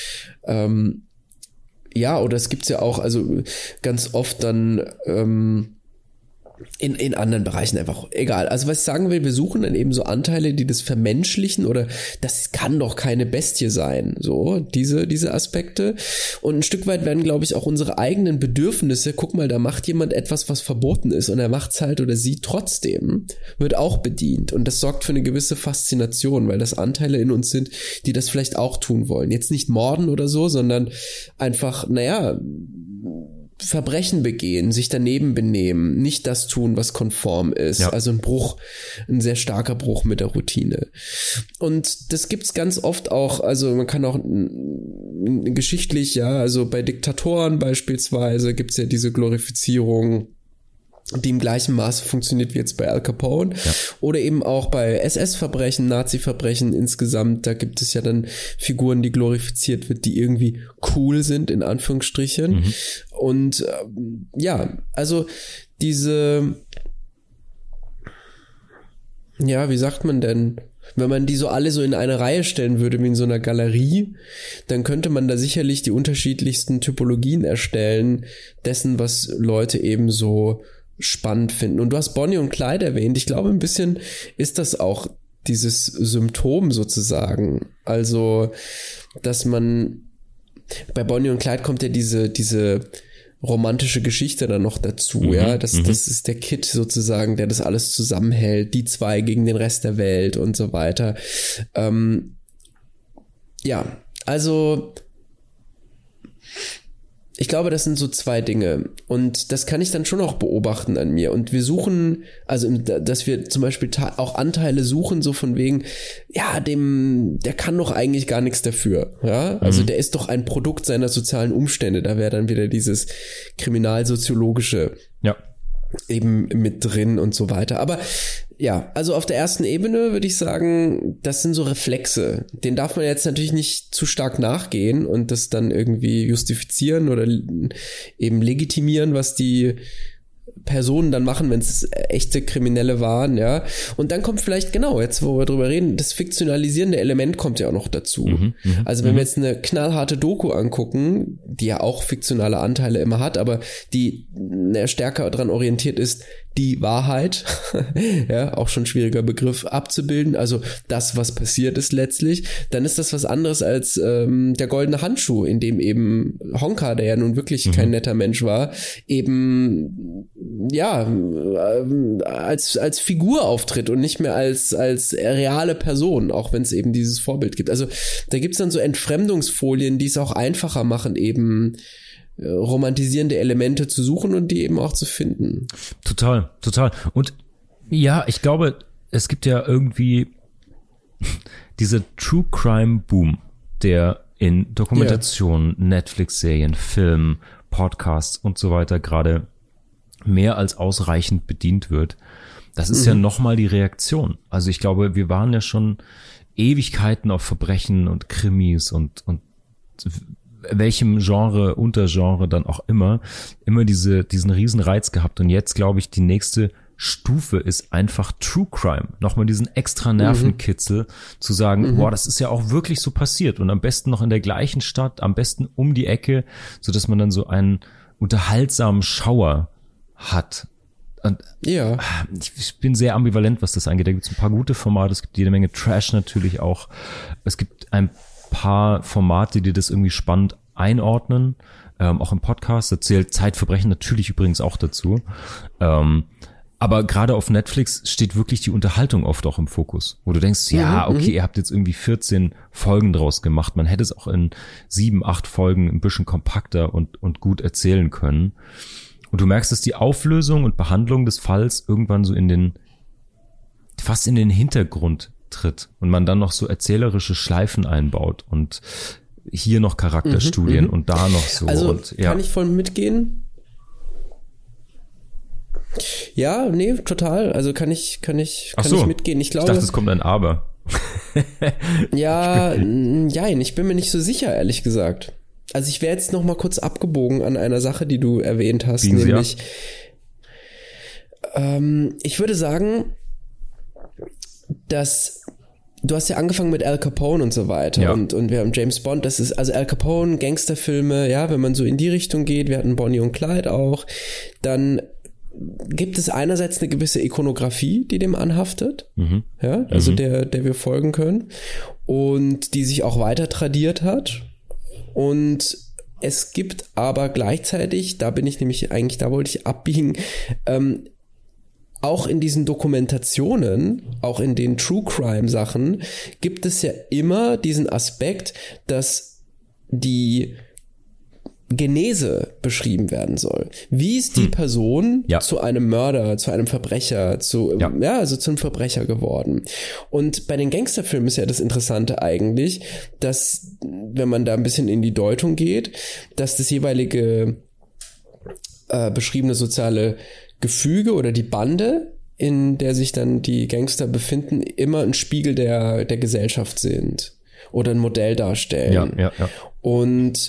Speaker 2: ja, oder es gibt's ja auch, also ganz oft dann in anderen Bereichen einfach egal. Also was ich sagen will, wir suchen dann eben so Anteile, die das vermenschlichen oder das kann doch keine Bestie sein, so diese Aspekte. Und ein Stück weit werden, glaube ich, auch unsere eigenen Bedürfnisse, guck mal, da macht jemand etwas, was verboten ist und er macht's halt oder sie trotzdem, wird auch bedient. Und das sorgt für eine gewisse Faszination, weil das Anteile in uns sind, die das vielleicht auch tun wollen. Jetzt nicht morden oder so, sondern einfach, naja, Verbrechen begehen, sich daneben benehmen, nicht das tun, was konform ist.
Speaker 1: Ja.
Speaker 2: Also ein sehr starker Bruch mit der Routine. Und das gibt's ganz oft auch, also man kann auch geschichtlich, ja, also bei Diktatoren beispielsweise gibt's ja diese Glorifizierung, die im gleichen Maße funktioniert wie jetzt bei Al Capone. Ja. Oder eben auch bei SS-Verbrechen, Nazi-Verbrechen insgesamt. Da gibt es ja dann Figuren, die glorifiziert wird, die irgendwie cool sind, in Anführungsstrichen. Und ja, also diese, ja, wie sagt man denn? Wenn man die so alle so in eine Reihe stellen würde, wie in so einer Galerie, dann könnte man da sicherlich die unterschiedlichsten Typologien erstellen, dessen, was Leute eben so spannend finden. Und du hast Bonnie und Clyde erwähnt. Ich glaube, ein bisschen ist das auch dieses Symptom sozusagen. Also, dass man bei Bonnie und Clyde kommt ja diese romantische Geschichte dann noch dazu, ja. Das ist der Kid sozusagen, der das alles zusammenhält, die zwei gegen den Rest der Welt und so weiter. Ja, also ich glaube, das sind so zwei Dinge und das kann ich dann schon auch beobachten an mir und wir suchen, also dass wir zum Beispiel auch Anteile suchen, so von wegen, ja, der kann doch eigentlich gar nichts dafür, ja, also der ist doch ein Produkt seiner sozialen Umstände, da wäre dann wieder dieses kriminalsoziologische eben mit drin und so weiter, aber ja, also auf der ersten Ebene würde ich sagen, das sind so Reflexe. Den darf man jetzt natürlich nicht zu stark nachgehen und das dann irgendwie justifizieren oder eben legitimieren, was die Personen dann machen, wenn es echte Kriminelle waren, ja. Und dann kommt vielleicht, genau, jetzt wo wir drüber reden, das fiktionalisierende Element kommt ja auch noch dazu. Also wenn wir jetzt eine knallharte Doku angucken, die ja auch fiktionale Anteile immer hat, aber die stärker daran orientiert ist, die Wahrheit, ja, auch schon ein schwieriger Begriff abzubilden, also das, was passiert ist letztlich, dann ist das was anderes als der goldene Handschuh, in dem eben Honka, der ja nun wirklich kein netter Mensch war, eben ja als Figur auftritt und nicht mehr als reale Person, auch wenn es eben dieses Vorbild gibt. Also da gibt's dann so Entfremdungsfolien, die es auch einfacher machen, eben romantisierende Elemente zu suchen und die eben auch zu finden.
Speaker 1: Total. Und ja, ich glaube, es gibt ja irgendwie diese True Crime Boom, der in Dokumentationen, Netflix-Serien, Filmen, Podcasts und so weiter gerade mehr als ausreichend bedient wird. Das ist ja nochmal die Reaktion. Also ich glaube, wir waren ja schon Ewigkeiten auf Verbrechen und Krimis und welchem Genre, Untergenre dann auch immer diesen riesen Reiz gehabt. Und jetzt, glaube ich, die nächste Stufe ist einfach True Crime. Nochmal diesen extra Nervenkitzel zu sagen, boah, das ist ja auch wirklich so passiert und am besten noch in der gleichen Stadt, am besten um die Ecke, so dass man dann so einen unterhaltsamen Schauer hat. Und ich bin sehr ambivalent, was das angeht. Da gibt es ein paar gute Formate, es gibt jede Menge Trash natürlich auch. Es gibt ein paar Formate, die das irgendwie spannend einordnen, auch im Podcast, da zählt Zeitverbrechen natürlich übrigens auch dazu, aber gerade auf Netflix steht wirklich die Unterhaltung oft auch im Fokus, wo du denkst, ja, okay, ihr habt jetzt irgendwie 14 Folgen draus gemacht, man hätte es auch in 7, 8 Folgen ein bisschen kompakter und gut erzählen können und du merkst, dass die Auflösung und Behandlung des Falls irgendwann so fast in den Hintergrund tritt und man dann noch so erzählerische Schleifen einbaut und hier noch Charakterstudien und da noch so.
Speaker 2: Also
Speaker 1: und, ja.
Speaker 2: Kann ich voll mitgehen? Ja, nee, total. Also kann ich mitgehen. Ich glaube,
Speaker 1: ich dachte, es kommt ein Aber.
Speaker 2: Ich bin mir nicht so sicher, ehrlich gesagt. Also ich wäre jetzt noch mal kurz abgebogen an einer Sache, die du erwähnt hast, nämlich ich würde sagen, dass du hast ja angefangen mit Al Capone und so weiter und wir haben James Bond, das ist also Al Capone, Gangsterfilme, ja, wenn man so in die Richtung geht, wir hatten Bonnie und Clyde auch, dann gibt es einerseits eine gewisse Ikonografie, die dem anhaftet, ja, also der wir folgen können und die sich auch weiter tradiert hat und es gibt aber gleichzeitig, da wollte ich abbiegen, auch in diesen Dokumentationen, auch in den True Crime Sachen, gibt es ja immer diesen Aspekt, dass die Genese beschrieben werden soll. Wie ist die Person zu einem Mörder, zu einem Verbrecher, zu einem Verbrecher geworden? Und bei den Gangsterfilmen ist ja das Interessante eigentlich, dass, wenn man da ein bisschen in die Deutung geht, dass das jeweilige beschriebene soziale Gefüge oder die Bande, in der sich dann die Gangster befinden, immer ein Spiegel der Gesellschaft sind oder ein Modell darstellen. Ja. Und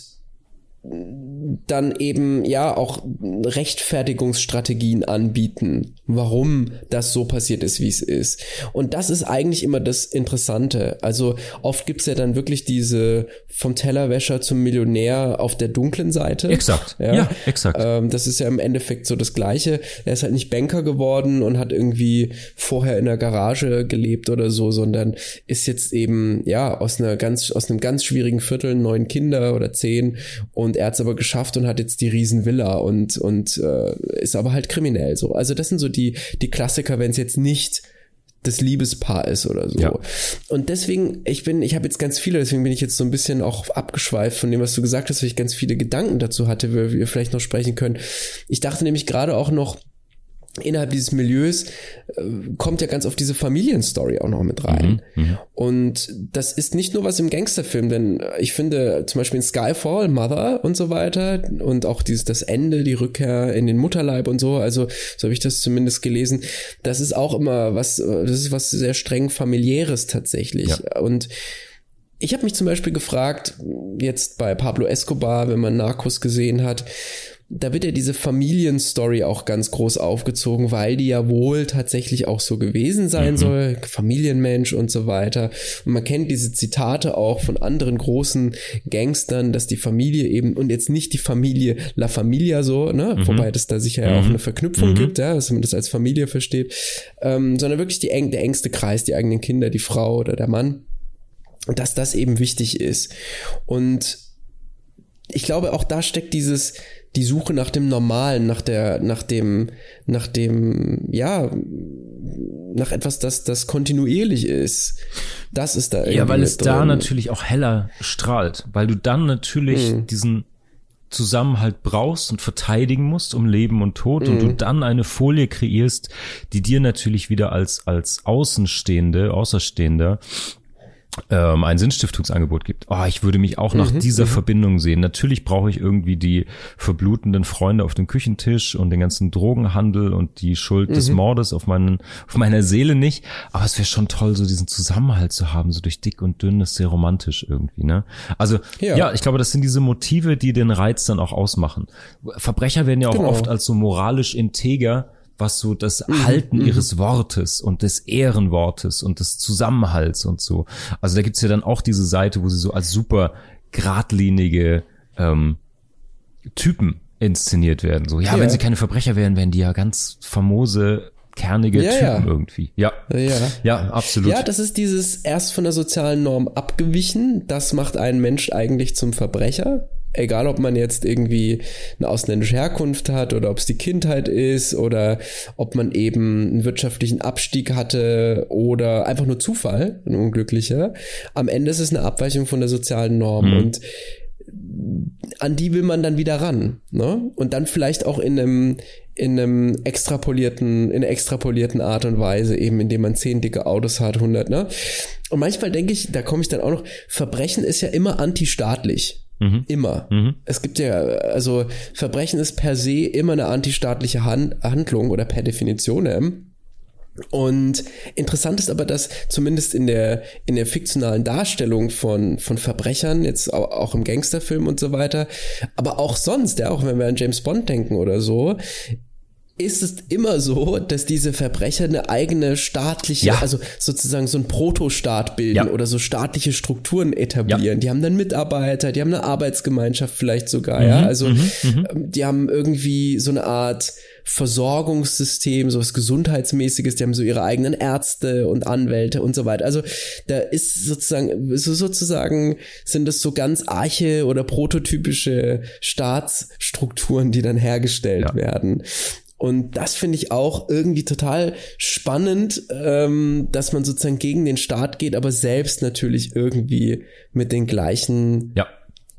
Speaker 2: dann eben auch Rechtfertigungsstrategien anbieten, warum das so passiert ist, wie es ist. Und das ist eigentlich immer das Interessante. Also oft gibt's ja dann wirklich diese vom Tellerwäscher zum Millionär auf der dunklen Seite.
Speaker 1: Exakt. Ja, exakt.
Speaker 2: Das ist ja im Endeffekt so das Gleiche. Er ist halt nicht Banker geworden und hat irgendwie vorher in der Garage gelebt oder so, sondern ist jetzt eben aus einem ganz schwierigen Viertel 9 Kinder oder 10 und er hat es aber geschafft und hat jetzt die Riesen-Villa und ist aber halt kriminell so. Also das sind so die Klassiker, wenn es jetzt nicht das Liebespaar ist oder so. Ja. Und deswegen, ich habe jetzt ganz viele, deswegen bin ich jetzt so ein bisschen auch abgeschweift von dem, was du gesagt hast, weil ich ganz viele Gedanken dazu hatte, wie wir vielleicht noch sprechen können. Ich dachte nämlich gerade auch noch, innerhalb dieses Milieus kommt ja ganz oft diese Familienstory auch noch mit rein. Und das ist nicht nur was im Gangsterfilm, denn ich finde zum Beispiel in Skyfall, Mother und so weiter und auch das Ende, die Rückkehr in den Mutterleib und so, also so habe ich das zumindest gelesen, das ist auch immer das ist was sehr streng familiäres tatsächlich. Ja. Und ich habe mich zum Beispiel gefragt, jetzt bei Pablo Escobar, wenn man Narcos gesehen hat, da wird ja diese Familienstory auch ganz groß aufgezogen, weil die ja wohl tatsächlich auch so gewesen sein soll, Familienmensch und so weiter. Und man kennt diese Zitate auch von anderen großen Gangstern, dass die Familie eben, und jetzt nicht die Familie La Familia so, ne, wobei das da sicher ja auch eine Verknüpfung gibt, dass man das als Familie versteht, sondern wirklich der engste Kreis, die eigenen Kinder, die Frau oder der Mann, dass das eben wichtig ist. Und ich glaube, auch da steckt die Suche nach dem Normalen, nach etwas, das kontinuierlich ist. Das ist da irgendwie.
Speaker 1: Ja, weil es da natürlich auch heller strahlt, weil du dann natürlich diesen Zusammenhalt brauchst und verteidigen musst um Leben und Tod und du dann eine Folie kreierst, die dir natürlich wieder als Außenstehender ein Sinnstiftungsangebot gibt. Ich würde mich auch nach dieser Verbindung sehen. Natürlich brauche ich irgendwie die verblutenden Freunde auf dem Küchentisch und den ganzen Drogenhandel und die Schuld des Mordes auf meiner Seele nicht. Aber es wäre schon toll, so diesen Zusammenhalt zu haben, so durch dick und dünn, ist sehr romantisch irgendwie, ne? Also, ja, ich glaube, das sind diese Motive, die den Reiz dann auch ausmachen. Verbrecher werden ja auch oft als so moralisch integer, was so das Halten ihres Wortes und des Ehrenwortes und des Zusammenhalts und so. Also da gibt's ja dann auch diese Seite, wo sie so als super geradlinige Typen inszeniert werden. So, wenn sie keine Verbrecher wären, wären die ja ganz famose, kernige Typen irgendwie. Ja, absolut.
Speaker 2: Ja, das ist dieses erst von der sozialen Norm abgewichen. Das macht einen Mensch eigentlich zum Verbrecher. Egal, ob man jetzt irgendwie eine ausländische Herkunft hat oder ob es die Kindheit ist oder ob man eben einen wirtschaftlichen Abstieg hatte oder einfach nur Zufall, ein Unglücklicher. Am Ende ist es eine Abweichung von der sozialen Norm und an die will man dann wieder ran, ne? Und dann vielleicht auch in einer extrapolierten Art und Weise, eben indem man 10 dicke Autos hat, 100, ne? Und manchmal denke ich, da komme ich dann auch noch, Verbrechen ist ja immer antistaatlich. Immer. Es gibt ja, also Verbrechen ist per se immer eine antistaatliche Handlung oder per Definition. Und interessant ist aber, dass zumindest in der fiktionalen Darstellung von Verbrechern, jetzt auch im Gangsterfilm und so weiter, aber auch sonst, auch wenn wir an James Bond denken oder so, ist es immer so, dass diese Verbrecher eine eigene staatliche, also sozusagen so ein Protostaat bilden oder so staatliche Strukturen etablieren. Ja. Die haben dann Mitarbeiter, die haben eine Arbeitsgemeinschaft vielleicht sogar, also die haben irgendwie so eine Art Versorgungssystem, so was Gesundheitsmäßiges, die haben so ihre eigenen Ärzte und Anwälte und so weiter. Also da ist sozusagen sind das so ganz arche oder prototypische Staatsstrukturen, die dann hergestellt werden. Und das finde ich auch irgendwie total spannend, dass man sozusagen gegen den Staat geht, aber selbst natürlich irgendwie mit den gleichen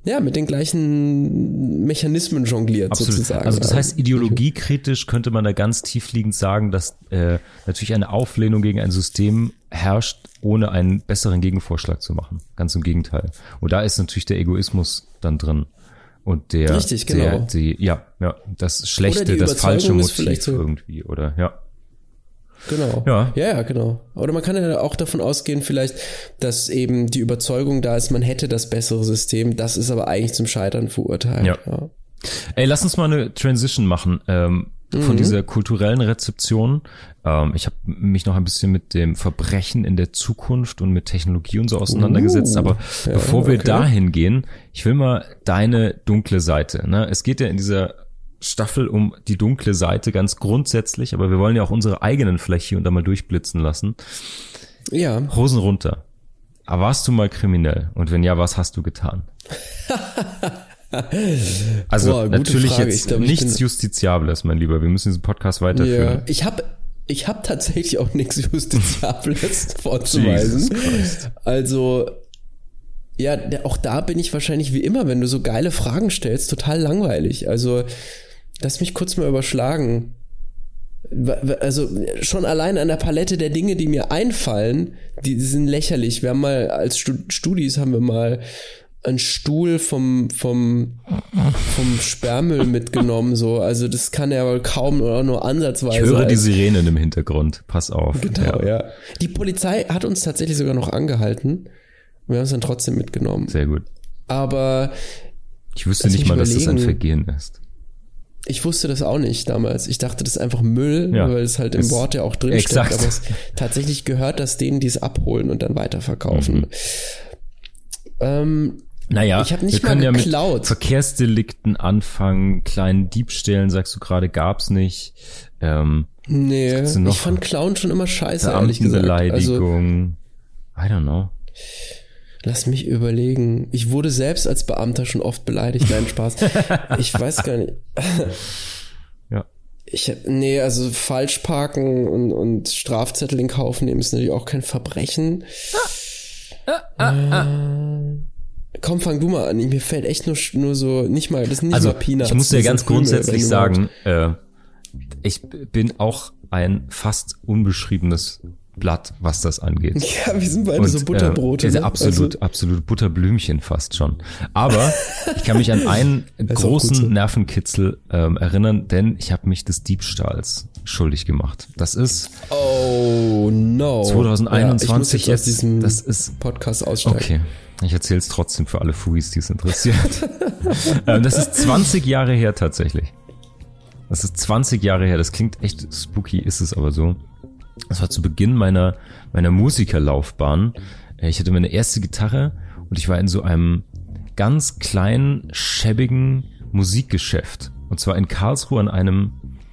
Speaker 2: mit den gleichen Mechanismen jongliert.
Speaker 1: Absolut.
Speaker 2: Sozusagen.
Speaker 1: Also das heißt, ideologiekritisch könnte man da ganz tiefliegend sagen, dass natürlich eine Auflehnung gegen ein System herrscht, ohne einen besseren Gegenvorschlag zu machen. Ganz im Gegenteil. Und da ist natürlich der Egoismus dann drin. Und
Speaker 2: Richtig, genau.
Speaker 1: Das schlechte, das falsche Motiv so irgendwie, oder, ja.
Speaker 2: Genau. Ja, genau. Oder man kann ja auch davon ausgehen vielleicht, dass eben die Überzeugung da ist, man hätte das bessere System, das ist aber eigentlich zum Scheitern verurteilt. Ja.
Speaker 1: Ey, lass uns mal eine Transition machen von dieser kulturellen Rezeption. Ich habe mich noch ein bisschen mit dem Verbrechen in der Zukunft und mit Technologie und so auseinandergesetzt, aber bevor wir dahin gehen, ich will mal deine dunkle Seite. Ne? Es geht ja in dieser Staffel um die dunkle Seite ganz grundsätzlich, aber wir wollen ja auch unsere eigenen vielleicht hier und da mal durchblitzen lassen.
Speaker 2: Ja.
Speaker 1: Hosen runter. Aber warst du mal kriminell? Und wenn ja, was hast du getan? Also natürlich Frage. Jetzt nichts Justiziables, mein Lieber. Wir müssen diesen Podcast weiterführen.
Speaker 2: Ja. Ich hab tatsächlich auch nichts Justiziables vorzuweisen. Also ja, auch da bin ich wahrscheinlich wie immer, wenn du so geile Fragen stellst, total langweilig. Also lass mich kurz mal überschlagen. Also schon allein an der Palette der Dinge, die mir einfallen, die sind lächerlich. Wir haben mal als Studis haben wir mal einen Stuhl vom Sperrmüll mitgenommen, so. Also das kann ja wohl kaum oder nur ansatzweise.
Speaker 1: Ich höre die Sirenen im Hintergrund. Pass auf.
Speaker 2: Genau, ja. Die Polizei hat uns tatsächlich sogar noch angehalten. Wir haben es dann trotzdem mitgenommen.
Speaker 1: Sehr gut.
Speaker 2: Aber
Speaker 1: ich wusste nicht mal, dass das ein Vergehen ist.
Speaker 2: Ich wusste das auch nicht damals. Ich dachte, das ist einfach Müll, weil es halt im Wort ja auch drin steckt. Aber es tatsächlich gehört das denen, die es abholen und dann weiterverkaufen.
Speaker 1: Naja,
Speaker 2: ich habe nicht
Speaker 1: wir können
Speaker 2: mal
Speaker 1: geklaut. Ja mit Verkehrsdelikten anfangen, kleinen Diebstählen, sagst du gerade, gab's nicht.
Speaker 2: Nee, ich fand Klauen schon immer scheiße, ehrlich gesagt.
Speaker 1: Beleidigung. Also, I don't know.
Speaker 2: Lass mich überlegen. Ich wurde selbst als Beamter schon oft beleidigt. Nein, Spaß. Ich weiß gar nicht.
Speaker 1: Ja.
Speaker 2: Also falsch parken und Strafzettel in Kauf nehmen ist natürlich auch kein Verbrechen. Komm, fang du mal an. Mir fällt echt nur so, nicht mal, das sind nicht mal Peanuts.
Speaker 1: Ich muss dir ganz grundsätzlich sagen, ich bin auch ein fast unbeschriebenes Blatt, was das angeht.
Speaker 2: Ja, wir sind beide so Butterbrote.
Speaker 1: Ne? Absolut Butterblümchen fast schon. Aber ich kann mich an einen großen Nervenkitzel erinnern, denn ich habe mich des Diebstahls schuldig gemacht. Das ist 2021
Speaker 2: jetzt. Aus diesem das ist Podcast aussteigen.
Speaker 1: Okay, ich erzähle es trotzdem für alle Fugis, die es interessiert. Das ist 20 Jahre her tatsächlich. Das ist 20 Jahre her. Das klingt echt spooky, ist es aber so. Das war zu Beginn meiner Musikerlaufbahn. Ich hatte meine erste Gitarre und ich war in so einem ganz kleinen, schäbigen Musikgeschäft. Und zwar in Karlsruhe an einem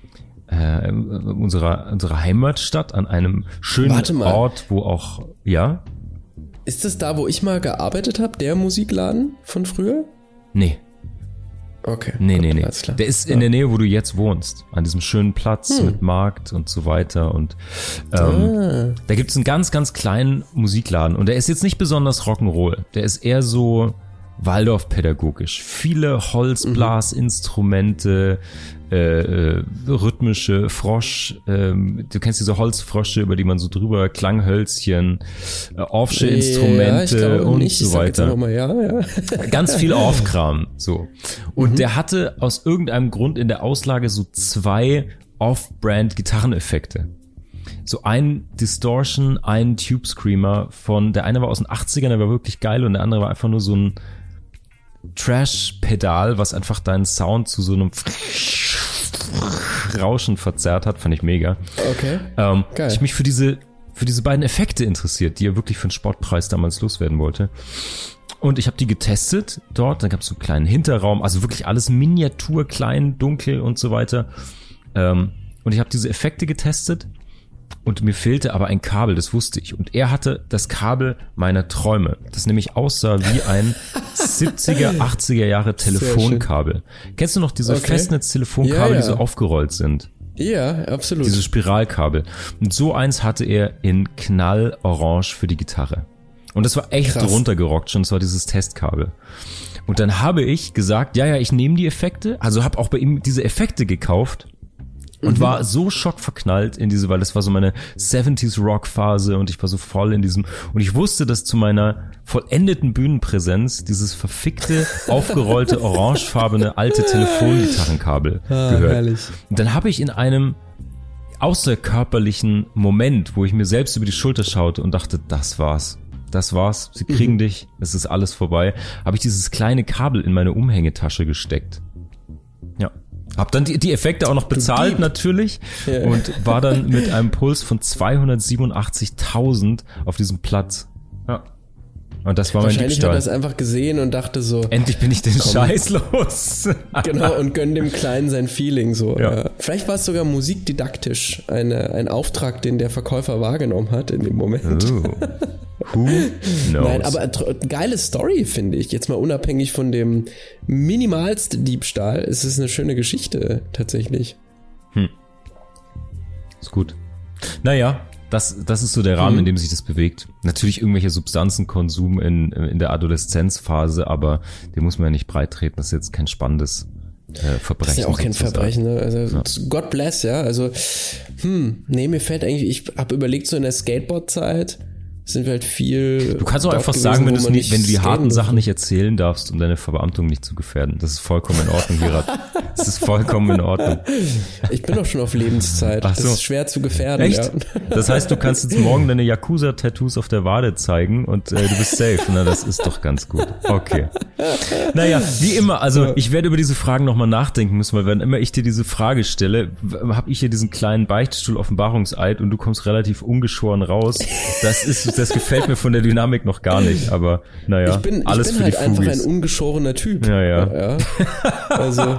Speaker 1: unserer Heimatstadt, an einem schönen Ort, wo auch, ja?
Speaker 2: Ist das da, wo ich mal gearbeitet habe, der Musikladen von früher?
Speaker 1: Nee.
Speaker 2: Okay.
Speaker 1: Nee. Der ist in der Nähe, wo du jetzt wohnst. An diesem schönen Platz mit Markt und so weiter. Und da gibt's einen ganz, ganz kleinen Musikladen. Und der ist jetzt nicht besonders Rock'n'Roll. Der ist eher so Waldorf-pädagogisch. Viele Holzblasinstrumente, rhythmische Frosch, du kennst diese Holzfrosche, über die man so drüber, Klanghölzchen, Orffsche-Instrumente und so weiter. Ganz viel Orff-Kram, so. Und der hatte aus irgendeinem Grund in der Auslage so 2 Off-Brand-Gitarreneffekte. So ein Distortion, ein Tube Screamer der eine war aus den 80ern, der war wirklich geil und der andere war einfach nur so ein Trash-Pedal, was einfach deinen Sound zu so einem Rauschen verzerrt hat, fand ich mega.
Speaker 2: Okay.
Speaker 1: Geil. Ich mich für diese beiden Effekte interessiert, die er wirklich für einen Sportpreis damals loswerden wollte. Und ich habe die getestet dort, dann gab es so einen kleinen Hinterraum, also wirklich alles Miniatur, klein, dunkel und so weiter. Und ich habe diese Effekte getestet und mir fehlte aber ein Kabel, das wusste ich. Und er hatte das Kabel meiner Träume, das nämlich aussah wie ein 70er, 80er Jahre Telefonkabel. Kennst du noch diese Festnetz-Telefonkabel, die so aufgerollt sind?
Speaker 2: Ja, absolut.
Speaker 1: Diese Spiralkabel. Und so eins hatte er in knallorange für die Gitarre. Und das war echt runtergerockt schon, das war dieses Testkabel. Und dann habe ich gesagt, ja, ich nehme die Effekte, also habe auch bei ihm diese Effekte gekauft und war so schockverknallt in diese, weil das war so meine 70s Rock Phase und ich war so voll in diesem, und ich wusste, dass zu meiner vollendeten Bühnenpräsenz dieses verfickte, aufgerollte, orangefarbene alte Telefongitarrenkabel gehört.
Speaker 2: Herrlich.
Speaker 1: Und dann habe ich in einem außerkörperlichen Moment, wo ich mir selbst über die Schulter schaute und dachte, das war's, sie kriegen dich, es ist alles vorbei, habe ich dieses kleine Kabel in meine Umhängetasche gesteckt. Ja. Hab dann die Effekte auch noch bezahlt natürlich und war dann mit einem Puls von 287.000 auf diesem Platz. Ja. Und das war mein
Speaker 2: Wahrscheinlich
Speaker 1: Diebstahl.
Speaker 2: hat er das einfach gesehen und dachte so,
Speaker 1: endlich bin ich den Scheiß los.
Speaker 2: Genau, und gönn dem Kleinen sein Feeling so.
Speaker 1: Ja.
Speaker 2: Vielleicht war es sogar musikdidaktisch ein Auftrag, den der Verkäufer wahrgenommen hat in dem Moment.
Speaker 1: Oh. Who knows?
Speaker 2: Nein, aber geile Story, finde ich. Jetzt mal unabhängig von dem minimalsten Diebstahl. Es ist eine schöne Geschichte, tatsächlich.
Speaker 1: Ist gut. Naja, das ist so der Rahmen, in dem sich das bewegt. Natürlich irgendwelcher Substanzenkonsum in der Adoleszenzphase, aber den muss man ja nicht breit treten. Das ist jetzt kein spannendes Verbrechen.
Speaker 2: Das ist ja auch kein Verbrechen, ne? Also
Speaker 1: Ja.
Speaker 2: God bless, ja. Also, mir fällt eigentlich, ich habe überlegt, so in der Skateboard-Zeit sind wir halt viel.
Speaker 1: Du kannst auch
Speaker 2: dort
Speaker 1: einfach
Speaker 2: gewesen,
Speaker 1: sagen, wenn
Speaker 2: wo
Speaker 1: du
Speaker 2: man nicht
Speaker 1: die harten
Speaker 2: skaten
Speaker 1: Sachen
Speaker 2: durfte.
Speaker 1: nicht erzählen darfst, um deine Verbeamtung nicht zu gefährden. Das ist vollkommen in Ordnung, Hirat. Das ist vollkommen in Ordnung.
Speaker 2: Ich bin doch schon auf Lebenszeit.
Speaker 1: Ach so.
Speaker 2: Das ist schwer zu gefährden.
Speaker 1: Echt?
Speaker 2: Ja.
Speaker 1: Das heißt, du kannst jetzt morgen deine Yakuza-Tattoos auf der Wade zeigen und du bist safe. Na, das ist doch ganz gut. Okay. Naja, wie immer, also ich werde über diese Fragen nochmal nachdenken müssen, weil wenn immer ich dir diese Frage stelle, habe ich hier diesen kleinen Beichtstuhl-Offenbarungseid und du kommst relativ ungeschoren raus. Das gefällt mir von der Dynamik noch gar nicht, aber naja,
Speaker 2: Ich bin
Speaker 1: alles für
Speaker 2: halt
Speaker 1: die
Speaker 2: einfach
Speaker 1: Fugis.
Speaker 2: ein ungeschorener Typ.
Speaker 1: Ja.
Speaker 2: Also,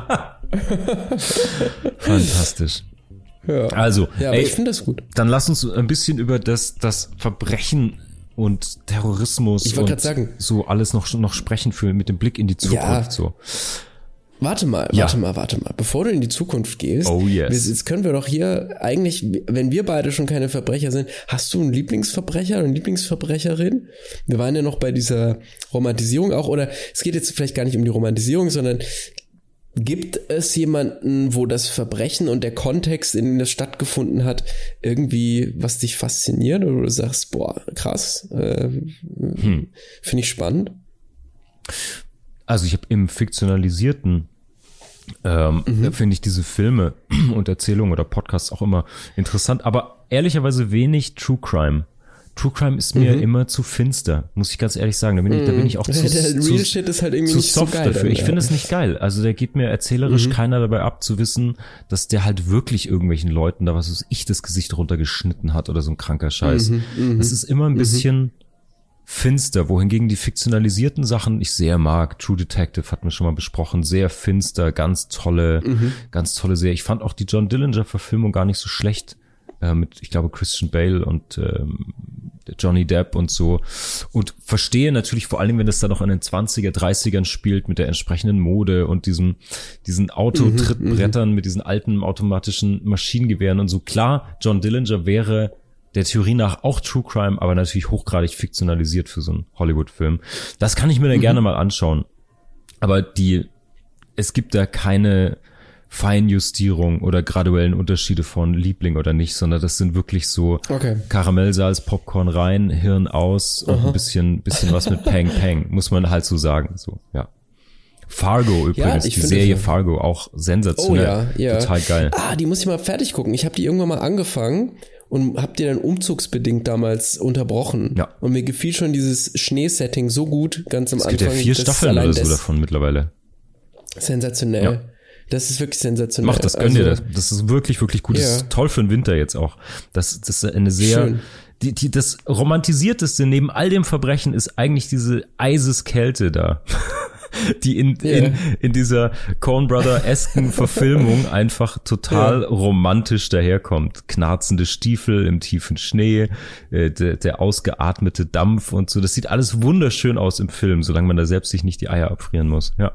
Speaker 1: Fantastisch.
Speaker 2: ja.
Speaker 1: Also,
Speaker 2: Ja, aber ich finde das gut.
Speaker 1: dann lass uns ein bisschen über das Verbrechen und Terrorismus
Speaker 2: Ich wollte
Speaker 1: und
Speaker 2: gerade sagen.
Speaker 1: so alles noch sprechen mit dem Blick in die Zukunft.
Speaker 2: Ja.
Speaker 1: So.
Speaker 2: Warte mal. Bevor du in die Zukunft gehst,
Speaker 1: Oh yes.
Speaker 2: jetzt können wir doch hier eigentlich, wenn wir beide schon keine Verbrecher sind, hast du einen Lieblingsverbrecher oder eine Lieblingsverbrecherin? Wir waren ja noch bei dieser Romantisierung auch, oder es geht jetzt vielleicht gar nicht um die Romantisierung, sondern gibt es jemanden, wo das Verbrechen und der Kontext, in dem das stattgefunden hat, irgendwie was dich fasziniert oder du sagst, boah, krass, finde ich spannend?
Speaker 1: Also ich habe im fiktionalisierten finde ich diese Filme und Erzählungen oder Podcasts auch immer interessant, aber ehrlicherweise wenig True Crime. True Crime ist mir immer zu finster, muss ich ganz ehrlich sagen. Da bin ich auch
Speaker 2: Der Real Shit ist halt irgendwie
Speaker 1: zu
Speaker 2: nicht so
Speaker 1: soft
Speaker 2: geil.
Speaker 1: dafür.
Speaker 2: dann,
Speaker 1: Ich
Speaker 2: ja.
Speaker 1: finde es nicht geil. Also der geht mir erzählerisch keiner dabei ab zu wissen, dass der halt wirklich irgendwelchen Leuten da was weiß ich das Gesicht runtergeschnitten hat oder so ein kranker Scheiß. Das ist immer ein bisschen finster, wohingegen die fiktionalisierten Sachen ich sehr mag. True Detective hatten wir schon mal besprochen, sehr finster, ganz tolle Serie. Ich fand auch die John Dillinger-Verfilmung gar nicht so schlecht, mit, ich glaube, Christian Bale und Johnny Depp und so, und verstehe natürlich vor allem, wenn das dann noch in den 20er, 30ern spielt mit der entsprechenden Mode und diesen Autotrittbrettern mit diesen alten automatischen Maschinengewehren und so. Klar, John Dillinger wäre der Theorie nach auch True Crime, aber natürlich hochgradig fiktionalisiert für so einen Hollywood-Film. Das kann ich mir dann gerne mal anschauen. Aber es gibt da keine Feinjustierung oder graduellen Unterschiede von Liebling oder nicht, sondern das sind wirklich so Karamellsalz, Popcorn rein, Hirn aus und ein bisschen was mit Pang Pang, muss man halt so sagen. So, ja. Fargo übrigens, die Serie Fargo, auch sensationell.
Speaker 2: Oh ja.
Speaker 1: Total geil.
Speaker 2: Die muss ich mal fertig gucken. Ich habe die irgendwann mal angefangen und habe die dann umzugsbedingt damals unterbrochen.
Speaker 1: Ja.
Speaker 2: Und mir gefiel schon dieses Schneesetting so gut, ganz am
Speaker 1: Es
Speaker 2: Anfang.
Speaker 1: gibt ja 4 Staffeln oder so davon mittlerweile.
Speaker 2: Sensationell.
Speaker 1: Ja.
Speaker 2: Das ist wirklich sensationell.
Speaker 1: Mach das, gönn dir das. Das ist wirklich, wirklich gut. Das ist toll für den Winter jetzt auch. Das ist eine sehr,
Speaker 2: schön.
Speaker 1: Das Romantisierteste neben all dem Verbrechen ist eigentlich diese Eiseskälte da. Die in dieser Coen Brother-esken Verfilmung einfach total romantisch daherkommt. Knarzende Stiefel im tiefen Schnee, der ausgeatmete Dampf und so. Das sieht alles wunderschön aus im Film, solange man da selbst sich nicht die Eier abfrieren muss. Ja.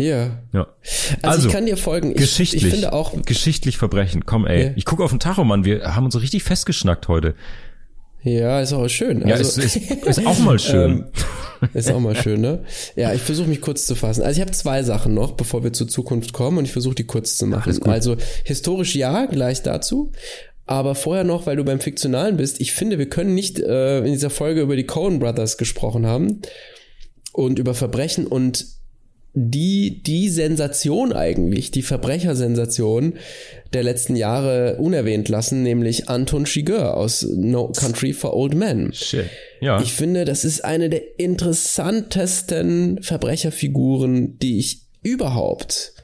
Speaker 2: Also ich kann dir folgen. Ich finde auch
Speaker 1: geschichtlich Verbrechen. Komm, ey. Ich gucke auf den Tacho, Mann. Wir haben uns so richtig festgeschnackt heute.
Speaker 2: Ja, ist auch schön.
Speaker 1: Ja, ist auch mal schön.
Speaker 2: Ist auch mal schön, ne? Ja, ich versuche mich kurz zu fassen. Also ich habe 2 Sachen noch, bevor wir zur Zukunft kommen und ich versuche die kurz zu machen. Also historisch ja, gleich dazu. Aber vorher noch, weil du beim Fiktionalen bist, ich finde, wir können nicht in dieser Folge über die Coen Brothers gesprochen haben und über Verbrechen und die Sensation eigentlich, die Verbrechersensation der letzten Jahre unerwähnt lassen, nämlich Anton Chigurh aus No Country for Old Men.
Speaker 1: Shit. Ja.
Speaker 2: Ich finde, das ist eine der interessantesten Verbrecherfiguren, die ich überhaupt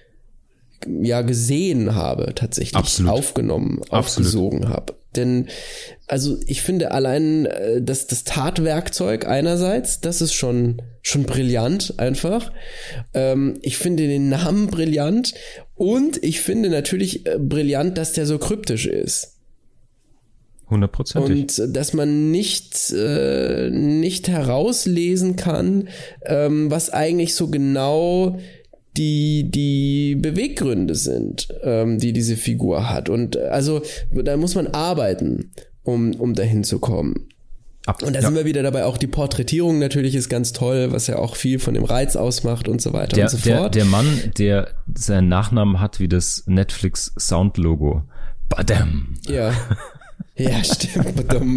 Speaker 2: gesehen habe, tatsächlich.
Speaker 1: Absolut.
Speaker 2: Aufgenommen, aufgesogen habe. Denn, also ich finde allein das Tatwerkzeug einerseits, das ist schon brillant einfach. Ich finde den Namen brillant und ich finde natürlich brillant, dass der so kryptisch ist.
Speaker 1: 100%.
Speaker 2: Und dass man nicht herauslesen kann, was eigentlich so genau die Beweggründe sind, die diese Figur hat. Und also da muss man arbeiten, um dahin zu kommen. Und da sind wir wieder dabei, auch die Porträtierung natürlich ist ganz toll, was ja auch viel von dem Reiz ausmacht und so weiter und so fort.
Speaker 1: Der Mann, der seinen Nachnamen hat wie das Netflix Sound-Logo. Badam.
Speaker 2: Ja. Ja, stimmt.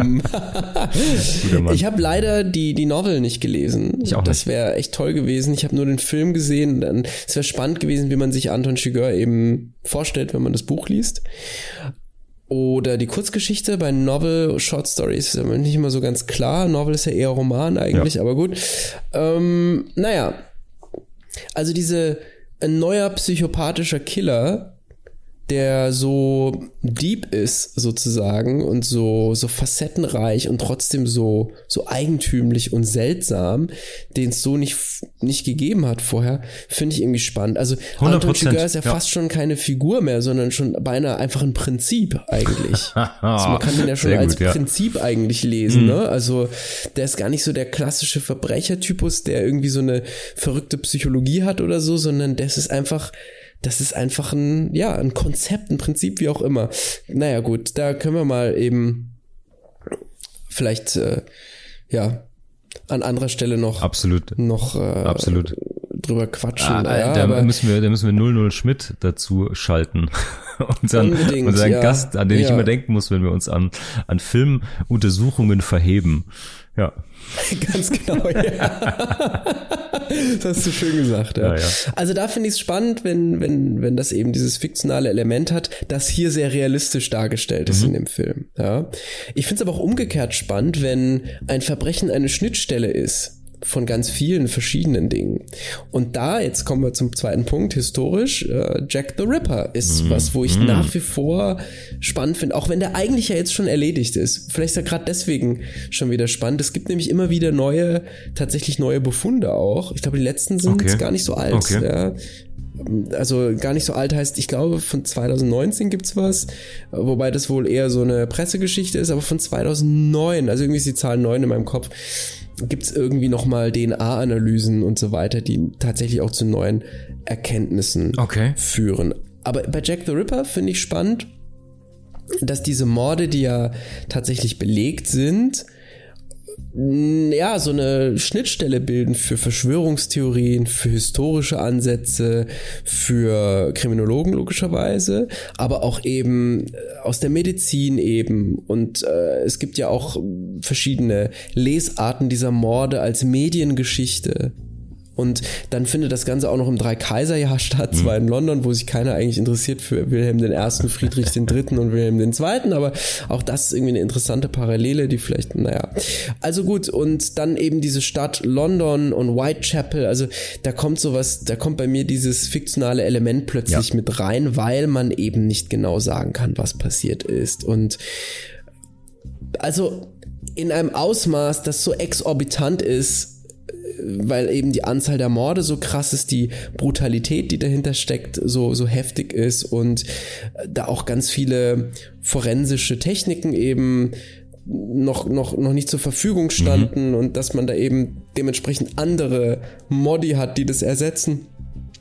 Speaker 2: Ich habe leider die Novel nicht gelesen.
Speaker 1: Ich auch nicht.
Speaker 2: Das wäre echt toll gewesen. Ich habe nur den Film gesehen. Es wäre spannend gewesen, wie man sich Anton Chigurh eben vorstellt, wenn man das Buch liest. Oder die Kurzgeschichte bei Novel, Short Stories, ist nicht immer so ganz klar. Novel ist ja eher Roman eigentlich, aber gut. Naja, also ein neuer psychopathischer Killer, der so deep ist sozusagen und so facettenreich und trotzdem so eigentümlich und seltsam, den es so nicht gegeben hat vorher, finde ich irgendwie spannend. Also Anton Chigurh ist ja fast schon keine Figur mehr, sondern schon beinahe einfach ein Prinzip eigentlich. Also man kann den ja schon als Prinzip eigentlich lesen, ne? Also der ist gar nicht so der klassische Verbrechertypus, der irgendwie so eine verrückte Psychologie hat oder so, sondern das ist einfach ein Konzept, ein Prinzip, wie auch immer. Naja, gut, da können wir mal eben vielleicht, an anderer Stelle noch drüber quatschen.
Speaker 1: Da müssen wir 00 Schmidt dazu schalten. unseren Gast, an den ich immer denken muss, wenn wir uns an Filmuntersuchungen verheben. Ja.
Speaker 2: Ganz genau, ja. Das hast du schön gesagt, ja. Also da finde ich es spannend, wenn das eben dieses fiktionale Element hat, das hier sehr realistisch dargestellt ist in dem Film. Ja. Ich finde es aber auch umgekehrt spannend, wenn ein Verbrechen eine Schnittstelle ist von ganz vielen verschiedenen Dingen. Und da, jetzt kommen wir zum zweiten Punkt, historisch, Jack the Ripper ist was, wo ich nach wie vor spannend finde, auch wenn der eigentlich ja jetzt schon erledigt ist. Vielleicht ist er gerade deswegen schon wieder spannend. Es gibt nämlich immer wieder tatsächlich neue Befunde auch. Ich glaube, die letzten sind gar nicht so alt. Okay. Ja. Also gar nicht so alt heißt, ich glaube, von 2019 gibt's was, wobei das wohl eher so eine Pressegeschichte ist, aber von 2009, also irgendwie ist die Zahl 9 in meinem Kopf, gibt's irgendwie nochmal DNA-Analysen und so weiter, die tatsächlich auch zu neuen Erkenntnissen führen. Aber bei Jack the Ripper finde ich spannend, dass diese Morde, die ja tatsächlich belegt sind, ja, so eine Schnittstelle bilden für Verschwörungstheorien, für historische Ansätze, für Kriminologen logischerweise, aber auch eben aus der Medizin eben. Und es gibt ja auch verschiedene Lesarten dieser Morde als Mediengeschichte. Und dann findet das Ganze auch noch im Dreikaiserjahr statt, zwar in London, wo sich keiner eigentlich interessiert für Wilhelm I., Friedrich III. Und Wilhelm II., aber auch das ist irgendwie eine interessante Parallele, die vielleicht, also gut, und dann eben diese Stadt London und Whitechapel, also da kommt bei mir dieses fiktionale Element plötzlich mit rein, weil man eben nicht genau sagen kann, was passiert ist. Und also in einem Ausmaß, das so exorbitant ist, weil eben die Anzahl der Morde so krass ist, die Brutalität, die dahinter steckt, so heftig ist und da auch ganz viele forensische Techniken eben noch nicht zur Verfügung standen und dass man da eben dementsprechend andere Modi hat, die das ersetzen.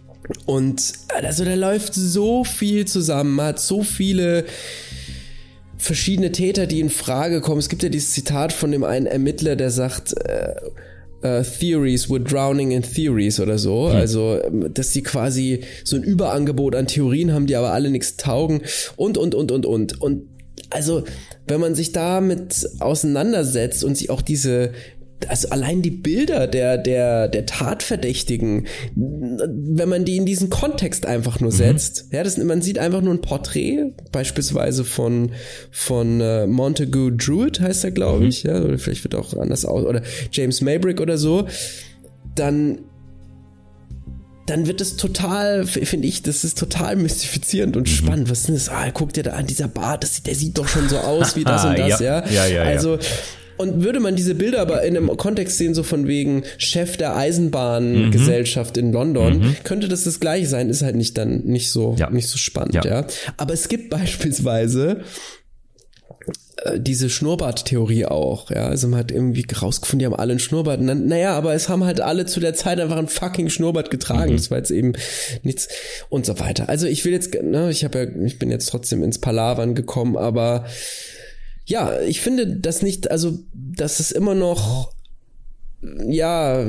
Speaker 2: Und also da läuft so viel zusammen, man hat so viele verschiedene Täter, die in Frage kommen. Es gibt ja dieses Zitat von dem einen Ermittler, der sagt, Theories, we're drowning in theories oder so. Also, dass sie quasi so ein Überangebot an Theorien haben, die aber alle nichts taugen und. Und also, wenn man sich damit auseinandersetzt und sich auch also allein die Bilder der Tatverdächtigen, wenn man die in diesen Kontext einfach nur setzt, ja, man sieht einfach nur ein Porträt, beispielsweise von Montague Druitt heißt er, glaube ich, ja, oder vielleicht wird auch anders aus, oder James Maybrick oder so, dann wird es total, finde ich, das ist total mystifizierend und spannend. Was ist denn das? Guck dir da an, dieser Bart, der sieht doch schon so aus wie das und das, ja. Also, und würde man diese Bilder aber in einem Kontext sehen, so von wegen Chef der Eisenbahngesellschaft in London, könnte das Gleiche sein, ist halt nicht so spannend, ja. Aber es gibt beispielsweise diese Schnurrbart-Theorie auch, ja, also man hat irgendwie rausgefunden, die haben alle einen Schnurrbart, naja, aber es haben halt alle zu der Zeit einfach einen fucking Schnurrbart getragen, das war jetzt eben nichts und so weiter. Also ich will jetzt, ich bin jetzt trotzdem ins Palavern gekommen, aber ja, ich finde das nicht, also, dass es immer noch, ja,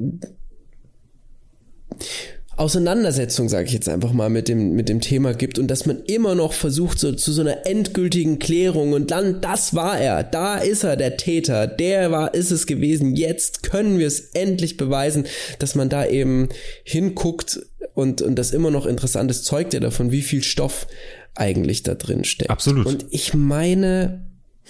Speaker 2: Auseinandersetzung, sage ich jetzt einfach mal, mit dem Thema gibt und dass man immer noch versucht, so zu so einer endgültigen Klärung und dann, das war er, da ist er, der Täter, ist es gewesen, jetzt können wir es endlich beweisen, dass man da eben hinguckt und das immer noch interessant ist, zeugt ja davon, wie viel Stoff eigentlich da drin steckt.
Speaker 1: Absolut.
Speaker 2: Und ich meine,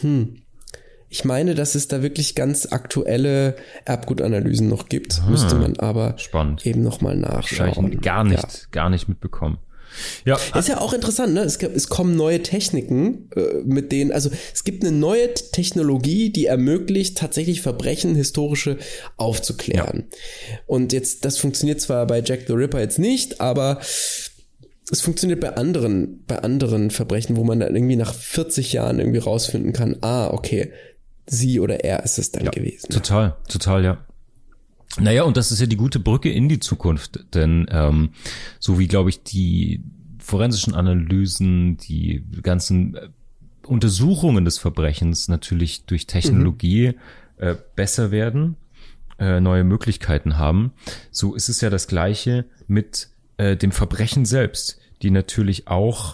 Speaker 2: dass es da wirklich ganz aktuelle Erbgutanalysen noch gibt. Müsste man aber eben noch mal nachschauen.
Speaker 1: Gar nicht mitbekommen. Ja.
Speaker 2: Das ist ja auch interessant, ne? Es kommen neue Techniken, mit denen, also es gibt eine neue Technologie, die ermöglicht, tatsächlich Verbrechen, historische, aufzuklären. Ja. Und jetzt, das funktioniert zwar bei Jack the Ripper jetzt nicht, aber es funktioniert bei anderen Verbrechen, wo man dann irgendwie nach 40 Jahren irgendwie rausfinden kann, okay, sie oder er ist es dann gewesen.
Speaker 1: Total, ja. Naja, und das ist ja die gute Brücke in die Zukunft, denn so wie, glaube ich, die forensischen Analysen, die ganzen Untersuchungen des Verbrechens natürlich durch Technologie besser werden, neue Möglichkeiten haben, so ist es ja das Gleiche mit dem Verbrechen selbst, die natürlich auch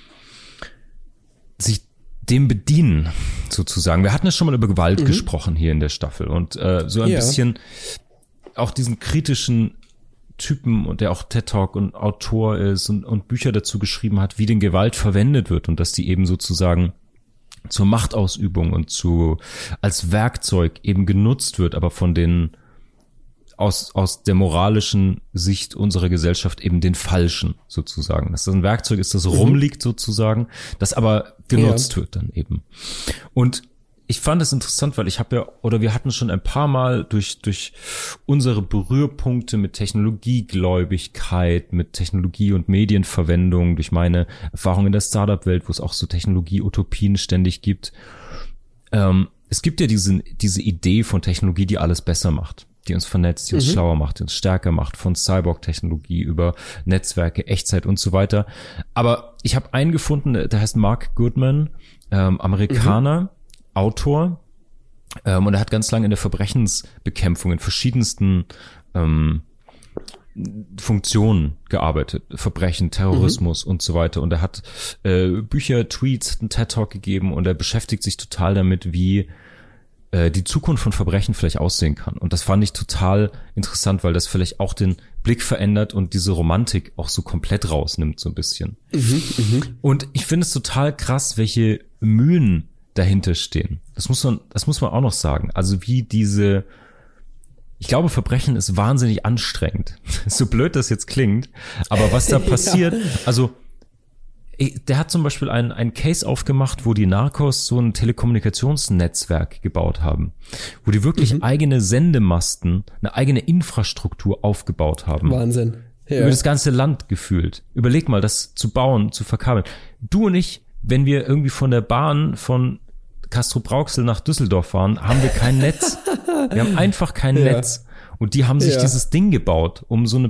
Speaker 1: sich dem bedienen, sozusagen. Wir hatten ja schon mal über Gewalt gesprochen hier in der Staffel und so ein bisschen auch diesen kritischen Typen und der auch TED-Talk und Autor ist und Bücher dazu geschrieben hat, wie denn Gewalt verwendet wird und dass die eben sozusagen zur Machtausübung und als Werkzeug eben genutzt wird, aber von den aus der moralischen Sicht unserer Gesellschaft eben den falschen sozusagen. Dass das ein Werkzeug ist, das rumliegt sozusagen, das aber genutzt wird dann eben. Und ich fand es interessant, weil wir hatten schon ein paar Mal durch unsere Berührpunkte mit Technologiegläubigkeit, mit Technologie- und Medienverwendung, durch meine Erfahrung in der Startup-Welt, wo es auch so Technologie-Utopien ständig gibt. Es gibt ja diese Idee von Technologie, die alles besser macht, die uns vernetzt, die uns schlauer macht, die uns stärker macht, von Cyborg-Technologie über Netzwerke, Echtzeit und so weiter. Aber ich habe einen gefunden, der heißt Mark Goodman, Amerikaner, Autor, und er hat ganz lange in der Verbrechensbekämpfung in verschiedensten Funktionen gearbeitet, Verbrechen, Terrorismus und so weiter. Und er hat Bücher, Tweets, einen TED-Talk gegeben und er beschäftigt sich total damit, wie die Zukunft von Verbrechen vielleicht aussehen kann. Und das fand ich total interessant, weil das vielleicht auch den Blick verändert und diese Romantik auch so komplett rausnimmt, so ein bisschen. Und ich finde es total krass, welche Mühen dahinter stehen. Das muss man auch noch sagen. Also ich glaube, Verbrechen ist wahnsinnig anstrengend. So blöd das jetzt klingt, aber was da passiert, also der hat zum Beispiel einen Case aufgemacht, wo die Narcos so ein Telekommunikationsnetzwerk gebaut haben, wo die wirklich eigene Sendemasten, eine eigene Infrastruktur aufgebaut haben.
Speaker 2: Wahnsinn. Ja.
Speaker 1: Über das ganze Land gefühlt. Überleg mal, das zu bauen, zu verkabeln. Du und ich, wenn wir irgendwie von der Bahn von Castrop-Rauxel nach Düsseldorf fahren, haben wir kein Netz. Wir haben einfach kein Netz. Und die haben sich dieses Ding gebaut, um so eine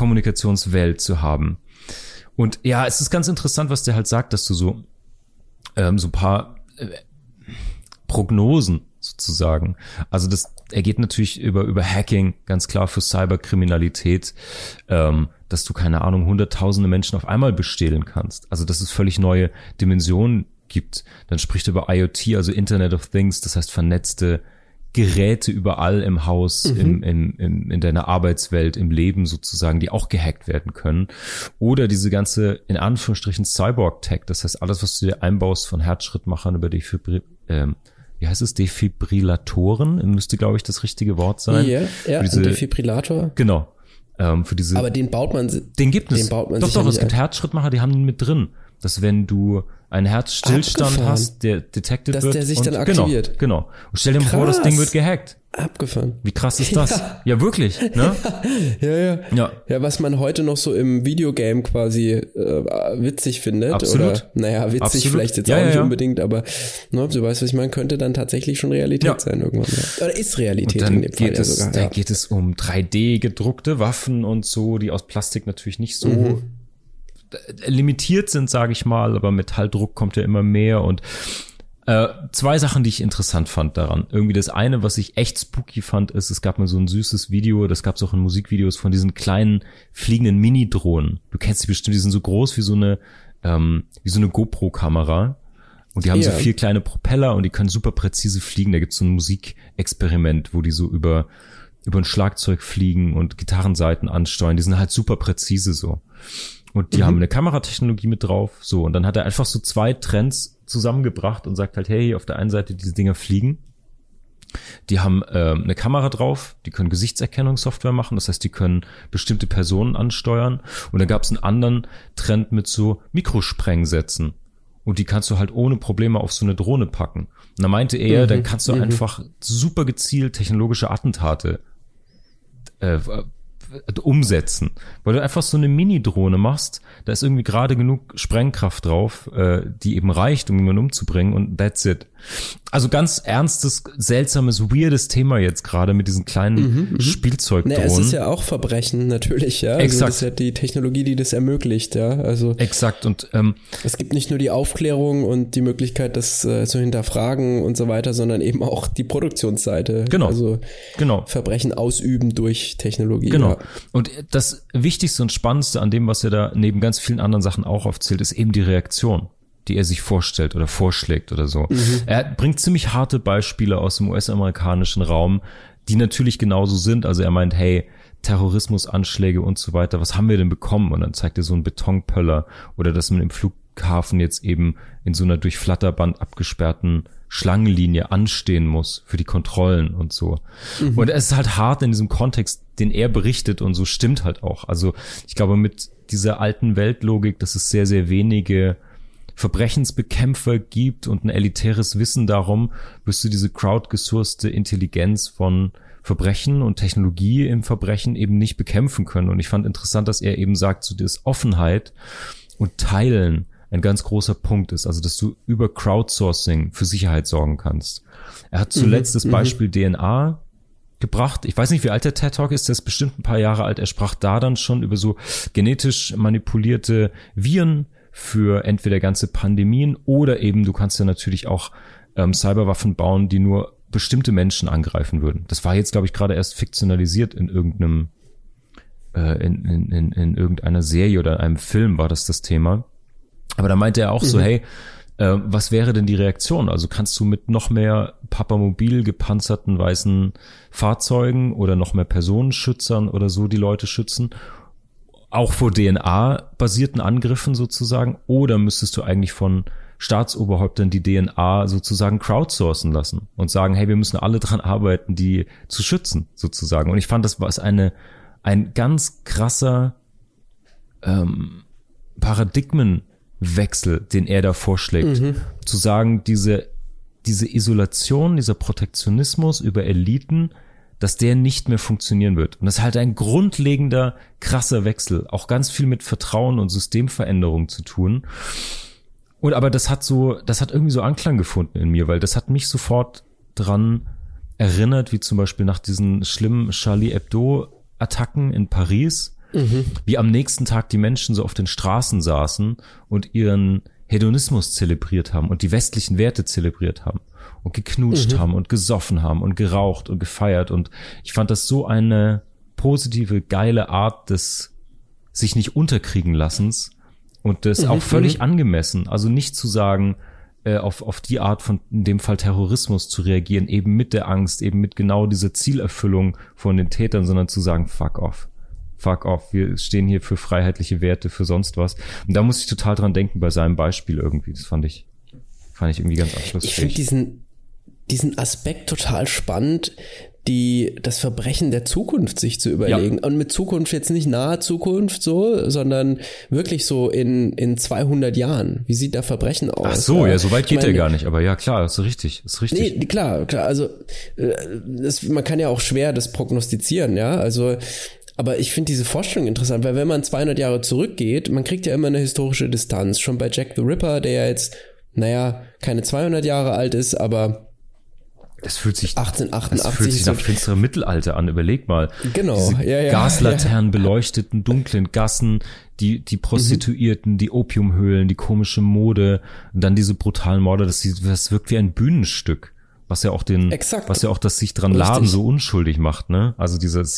Speaker 1: Parallelkommunikationswelt zu haben. Und ja, es ist ganz interessant, was der halt sagt, dass du so so ein paar Prognosen sozusagen. Also er geht natürlich über Hacking, ganz klar für Cyberkriminalität, dass du, keine Ahnung, hunderttausende Menschen auf einmal bestehlen kannst. Also dass es völlig neue Dimensionen gibt. Dann spricht er über IoT, also Internet of Things, das heißt vernetzte Geräte überall im Haus, in deiner Arbeitswelt, im Leben sozusagen, die auch gehackt werden können. Oder diese ganze, in Anführungsstrichen, Cyborg-Tech, das heißt alles, was du dir einbaust von Herzschrittmachern über Defibrillatoren, müsste, glaube ich, das richtige Wort sein.
Speaker 2: Ja, ein Defibrillator.
Speaker 1: Genau. Für diese.
Speaker 2: Aber den baut man.
Speaker 1: Den gibt es.
Speaker 2: Den baut man
Speaker 1: doch, es gibt Herzschrittmacher, die haben den mit drin. Dass wenn du einen Herzstillstand hast, der detected wird.
Speaker 2: Dass der sich dann aktiviert.
Speaker 1: Genau. Und stell dir mal vor, das Ding wird gehackt.
Speaker 2: Abgefahren.
Speaker 1: Wie krass ist das? Ja, wirklich, ne?
Speaker 2: Ja, was man heute noch so im Videogame quasi witzig findet.
Speaker 1: Absolut.
Speaker 2: Oder, witzig vielleicht jetzt auch nicht unbedingt, aber du weißt, was ich meine, könnte dann tatsächlich schon Realität sein irgendwann. Ja. Oder ist Realität in dem Fall sogar.
Speaker 1: Dann geht es um 3D gedruckte Waffen und so, die aus Plastik natürlich nicht so limitiert sind, sage ich mal, aber Metalldruck kommt ja immer mehr. Und zwei Sachen, die ich interessant fand daran. Irgendwie das eine, was ich echt spooky fand, ist, es gab mal so ein süßes Video, das gab es auch in Musikvideos von diesen kleinen fliegenden Mini-Drohnen. Du kennst die bestimmt, die sind so groß wie so eine GoPro-Kamera. Und die haben so 4 kleine Propeller und die können super präzise fliegen. Da gibt's so ein Musikexperiment, wo die so über ein Schlagzeug fliegen und Gitarrensaiten ansteuern. Die sind halt super präzise so. Und die haben eine Kameratechnologie mit drauf. So, und dann hat er einfach so 2 Trends zusammengebracht und sagt halt, hey, auf der einen Seite diese Dinger fliegen. Die haben eine Kamera drauf, die können Gesichtserkennungssoftware machen, das heißt, die können bestimmte Personen ansteuern. Und dann gab es einen anderen Trend mit so Mikrosprengsätzen. Und die kannst du halt ohne Probleme auf so eine Drohne packen. Und da meinte er, dann kannst du einfach super gezielt technologische Attentate umsetzen, weil du einfach so eine Mini-Drohne machst, da ist irgendwie gerade genug Sprengkraft drauf, die eben reicht, um jemanden umzubringen und that's it. Also ganz ernstes, seltsames, weirdes Thema jetzt gerade mit diesen kleinen Spielzeugdrohnen.
Speaker 2: Es ist ja auch Verbrechen natürlich, ja.
Speaker 1: Exakt.
Speaker 2: Also das ist ja die Technologie, die das ermöglicht, ja. Also
Speaker 1: exakt. Und
Speaker 2: es gibt nicht nur die Aufklärung und die Möglichkeit, das zu hinterfragen und so weiter, sondern eben auch die Produktionsseite.
Speaker 1: Genau.
Speaker 2: Also
Speaker 1: genau.
Speaker 2: Verbrechen ausüben durch Technologie.
Speaker 1: Genau.
Speaker 2: Ja.
Speaker 1: Und das Wichtigste und Spannendste an dem, was er da neben ganz vielen anderen Sachen auch aufzählt, ist eben die Reaktion, die er sich vorstellt oder vorschlägt oder so. Er bringt ziemlich harte Beispiele aus dem US-amerikanischen Raum, die natürlich genauso sind. Also er meint, hey, Terrorismusanschläge und so weiter, was haben wir denn bekommen? Und dann zeigt er so einen Betonpöller oder dass man im Flughafen jetzt eben in so einer durch Flatterband abgesperrten Schlangenlinie anstehen muss für die Kontrollen und so. Und es ist halt hart in diesem Kontext, den er berichtet und so stimmt halt auch. Also ich glaube, mit dieser alten Weltlogik, dass es sehr, sehr wenige Verbrechensbekämpfer gibt und ein elitäres Wissen darum, wirst du diese crowdgesourcete Intelligenz von Verbrechen und Technologie im Verbrechen eben nicht bekämpfen können. Und ich fand interessant, dass er eben sagt, so das Offenheit und Teilen ein ganz großer Punkt ist, also dass du über Crowdsourcing für Sicherheit sorgen kannst. Er hat zuletzt das Beispiel DNA gebracht. Ich weiß nicht, wie alt der TED Talk ist, der ist bestimmt ein paar Jahre alt. Er sprach da dann schon über so genetisch manipulierte Viren für entweder ganze Pandemien oder eben, du kannst ja natürlich auch Cyberwaffen bauen, die nur bestimmte Menschen angreifen würden. Das war jetzt, glaube ich, gerade erst fiktionalisiert in irgendeinem in irgendeiner Serie oder einem Film war das Thema. Aber da meinte er auch so, hey, was wäre denn die Reaktion? Also kannst du mit noch mehr Papamobil gepanzerten weißen Fahrzeugen oder noch mehr Personenschützern oder so die Leute schützen? Auch vor DNA-basierten Angriffen sozusagen? Oder müsstest du eigentlich von Staatsoberhäuptern die DNA sozusagen crowdsourcen lassen und sagen, hey, wir müssen alle dran arbeiten, die zu schützen sozusagen? Und ich fand, das war ein ganz krasser Paradigmenwechsel, den er da vorschlägt. Zu sagen, diese Isolation, dieser Protektionismus über Eliten, dass der nicht mehr funktionieren wird. Und das ist halt ein grundlegender, krasser Wechsel. Auch ganz viel mit Vertrauen und Systemveränderung zu tun. Und aber das hat irgendwie so Anklang gefunden in mir, weil das hat mich sofort dran erinnert, wie zum Beispiel nach diesen schlimmen Charlie Hebdo-Attacken in Paris, wie am nächsten Tag die Menschen so auf den Straßen saßen und ihren Hedonismus zelebriert haben und die westlichen Werte zelebriert haben und geknutscht haben und gesoffen haben und geraucht und gefeiert. Und ich fand das so eine positive, geile Art des sich nicht unterkriegen lassens und das auch völlig angemessen. Also nicht zu sagen, auf die Art von, in dem Fall Terrorismus zu reagieren, eben mit der Angst, eben mit genau dieser Zielerfüllung von den Tätern, sondern zu sagen, fuck off, wir stehen hier für freiheitliche Werte, für sonst was. Und da muss ich total dran denken bei seinem Beispiel irgendwie. Das fand ich irgendwie ganz abschlussfähig.
Speaker 2: Ich finde diesen Aspekt total spannend, das Verbrechen der Zukunft sich zu überlegen. Ja. Und mit Zukunft jetzt nicht nahe Zukunft so, sondern wirklich so in 200 Jahren. Wie sieht da Verbrechen aus?
Speaker 1: Ach so, ja, so weit geht er gar nicht. Aber ja, klar, ist richtig.
Speaker 2: Nee, klar. Also, man kann ja auch schwer das prognostizieren, ja. Also, aber ich finde diese Vorstellung interessant, weil wenn man 200 Jahre zurückgeht, man kriegt ja immer eine historische Distanz. Schon bei Jack the Ripper, der ja jetzt, keine 200 Jahre alt ist, aber
Speaker 1: das fühlt sich
Speaker 2: 1888
Speaker 1: das fühlt sich nach finsterem Mittelalter an. Überleg mal.
Speaker 2: Genau.
Speaker 1: Diese Gaslaternen, beleuchteten, dunklen Gassen, die Prostituierten, die Opiumhöhlen, die komische Mode und dann diese brutalen Morde. Das wirkt wie ein Bühnenstück, was ja auch das sich dran laden so unschuldig macht, ne? Also dieses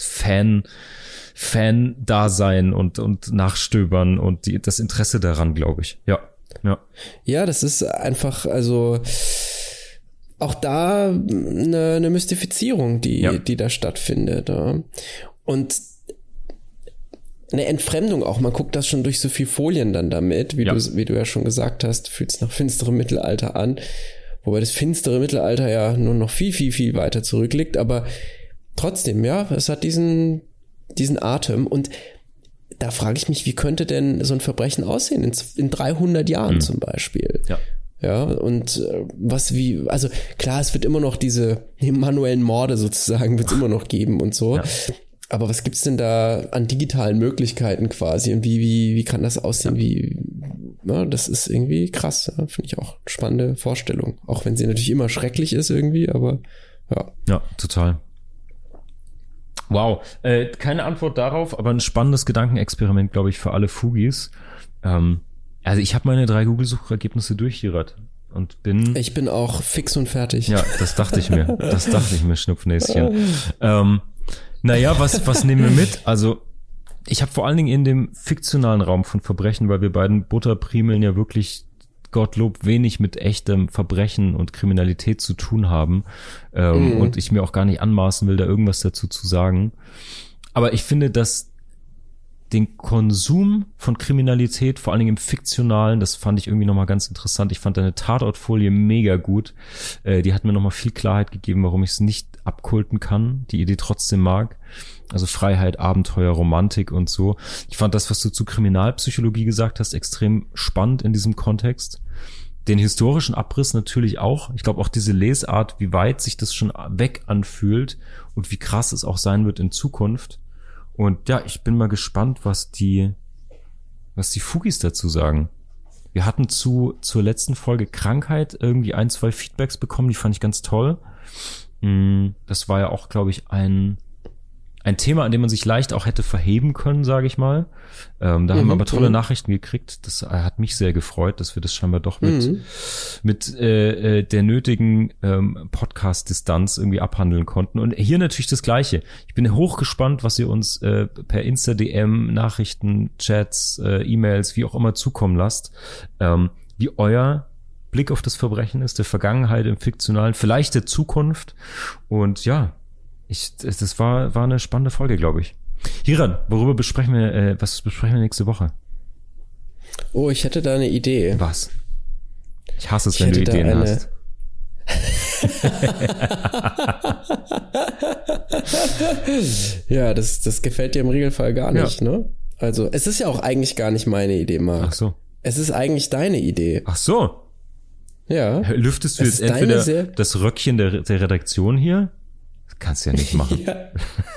Speaker 1: Fan-Dasein und Nachstöbern und das Interesse daran, glaube ich. Ja.
Speaker 2: Ja, das ist einfach, also auch da eine Mystifizierung, die da stattfindet. Ja. Und eine Entfremdung auch. Man guckt das schon durch so viel Folien dann damit, wie du ja schon gesagt hast, fühlt es nach finsterem Mittelalter an. Wobei das finstere Mittelalter ja nur noch viel, viel, viel weiter zurückliegt. Aber trotzdem, ja, es hat diesen Atem. Und da frage ich mich, wie könnte denn so ein Verbrechen aussehen in 300 Jahren zum Beispiel? Ja, und also klar, es wird immer noch diese manuellen Morde sozusagen, wird es immer noch geben und so. Ja. Aber was gibt's denn da an digitalen Möglichkeiten quasi und wie kann das aussehen? Das ist irgendwie krass, ja? Finde ich auch eine spannende Vorstellung. Auch wenn sie natürlich immer schrecklich ist irgendwie, aber ja.
Speaker 1: Ja, total. Wow, keine Antwort darauf, aber ein spannendes Gedankenexperiment, glaube ich, für alle Fugis. Also ich habe meine 3 Google-Suchergebnisse durchgerührt und
Speaker 2: Ich bin auch fix und fertig.
Speaker 1: Ja, das dachte ich mir. Schnupfnäschen. Was nehmen wir mit? Also ich habe vor allen Dingen in dem fiktionalen Raum von Verbrechen, weil wir beiden Butterprimeln ja wirklich Gottlob wenig mit echtem Verbrechen und Kriminalität zu tun haben und ich mir auch gar nicht anmaßen will, da irgendwas dazu zu sagen. Aber ich finde, dass den Konsum von Kriminalität, vor allen Dingen im Fiktionalen, das fand ich irgendwie nochmal ganz interessant. Ich fand deine Tatortfolie mega gut. Die hat mir nochmal viel Klarheit gegeben, warum ich es nicht abkulten kann, die Idee trotzdem mag. Also Freiheit, Abenteuer, Romantik und so. Ich fand das, was du zu Kriminalpsychologie gesagt hast, extrem spannend in diesem Kontext. Den historischen Abriss natürlich auch. Ich glaube auch diese Lesart, wie weit sich das schon weg anfühlt und wie krass es auch sein wird in Zukunft. Und ja, ich bin mal gespannt, was die Fugis dazu sagen. Wir hatten zur letzten Folge Krankheit irgendwie 1, 2 Feedbacks bekommen, die fand ich ganz toll. Das war ja auch, glaube ich, ein Thema, an dem man sich leicht auch hätte verheben können, sage ich mal. Da haben wir aber tolle Nachrichten gekriegt. Das hat mich sehr gefreut, dass wir das scheinbar doch mit der nötigen Podcast-Distanz irgendwie abhandeln konnten. Und hier natürlich das Gleiche. Ich bin hochgespannt, was ihr uns per Insta-DM, Nachrichten, Chats, E-Mails, wie auch immer zukommen lasst. Wie euer Blick auf das Verbrechen ist, der Vergangenheit im Fiktionalen, vielleicht der Zukunft. Und ja, das war eine spannende Folge, glaube ich. Hiran, was besprechen wir nächste Woche?
Speaker 2: Oh, ich hätte da eine Idee.
Speaker 1: Was? Ich hasse es, wenn du Ideen hast.
Speaker 2: Ja, das gefällt dir im Regelfall gar nicht, ne? Also, es ist ja auch eigentlich gar nicht meine Idee, Marc.
Speaker 1: Ach so.
Speaker 2: Es ist eigentlich deine Idee.
Speaker 1: Ach so.
Speaker 2: Ja.
Speaker 1: Lüftest du jetzt entweder das Röckchen der Redaktion hier? Das kannst du ja nicht machen. Ja.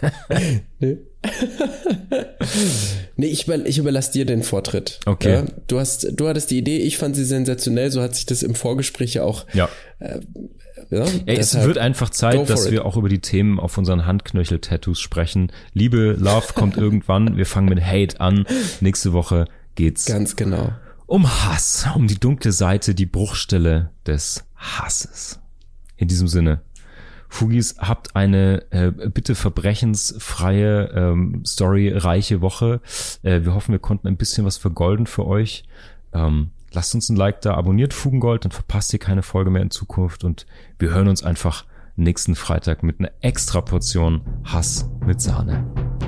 Speaker 2: Nee, ich überlasse dir den Vortritt.
Speaker 1: Okay.
Speaker 2: Ja, du hattest die Idee, ich fand sie sensationell, so hat sich das im Vorgespräch ja auch.
Speaker 1: Ja. Es wird einfach Zeit, dass wir auch über die Themen auf unseren Handknöchel-Tattoos sprechen. Liebe, Love kommt irgendwann. Wir fangen mit Hate an. Nächste Woche geht's.
Speaker 2: Ganz genau.
Speaker 1: um Hass, um die dunkle Seite, die Bruchstelle des Hasses. In diesem Sinne, Fugis, habt eine bitte verbrechensfreie, storyreiche Woche. Wir hoffen, wir konnten ein bisschen was vergolden für euch. Lasst uns ein Like da, abonniert Fugengold, dann verpasst ihr keine Folge mehr in Zukunft und wir hören uns einfach nächsten Freitag mit einer extra Portion Hass mit Sahne.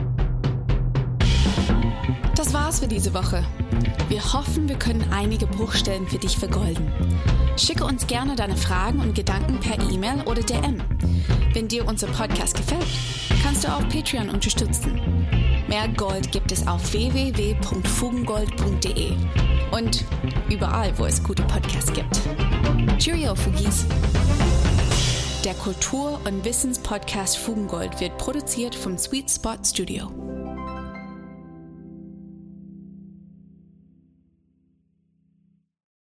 Speaker 3: Das war's für diese Woche. Wir hoffen, wir können einige Bruchstellen für dich vergolden. Schicke uns gerne deine Fragen und Gedanken per E-Mail oder DM. Wenn dir unser Podcast gefällt, kannst du auch Patreon unterstützen. Mehr Gold gibt es auf www.fugengold.de und überall, wo es gute Podcasts gibt. Cheerio, Fugis! Der Kultur- und Wissenspodcast Fugengold wird produziert vom Sweet Spot Studio.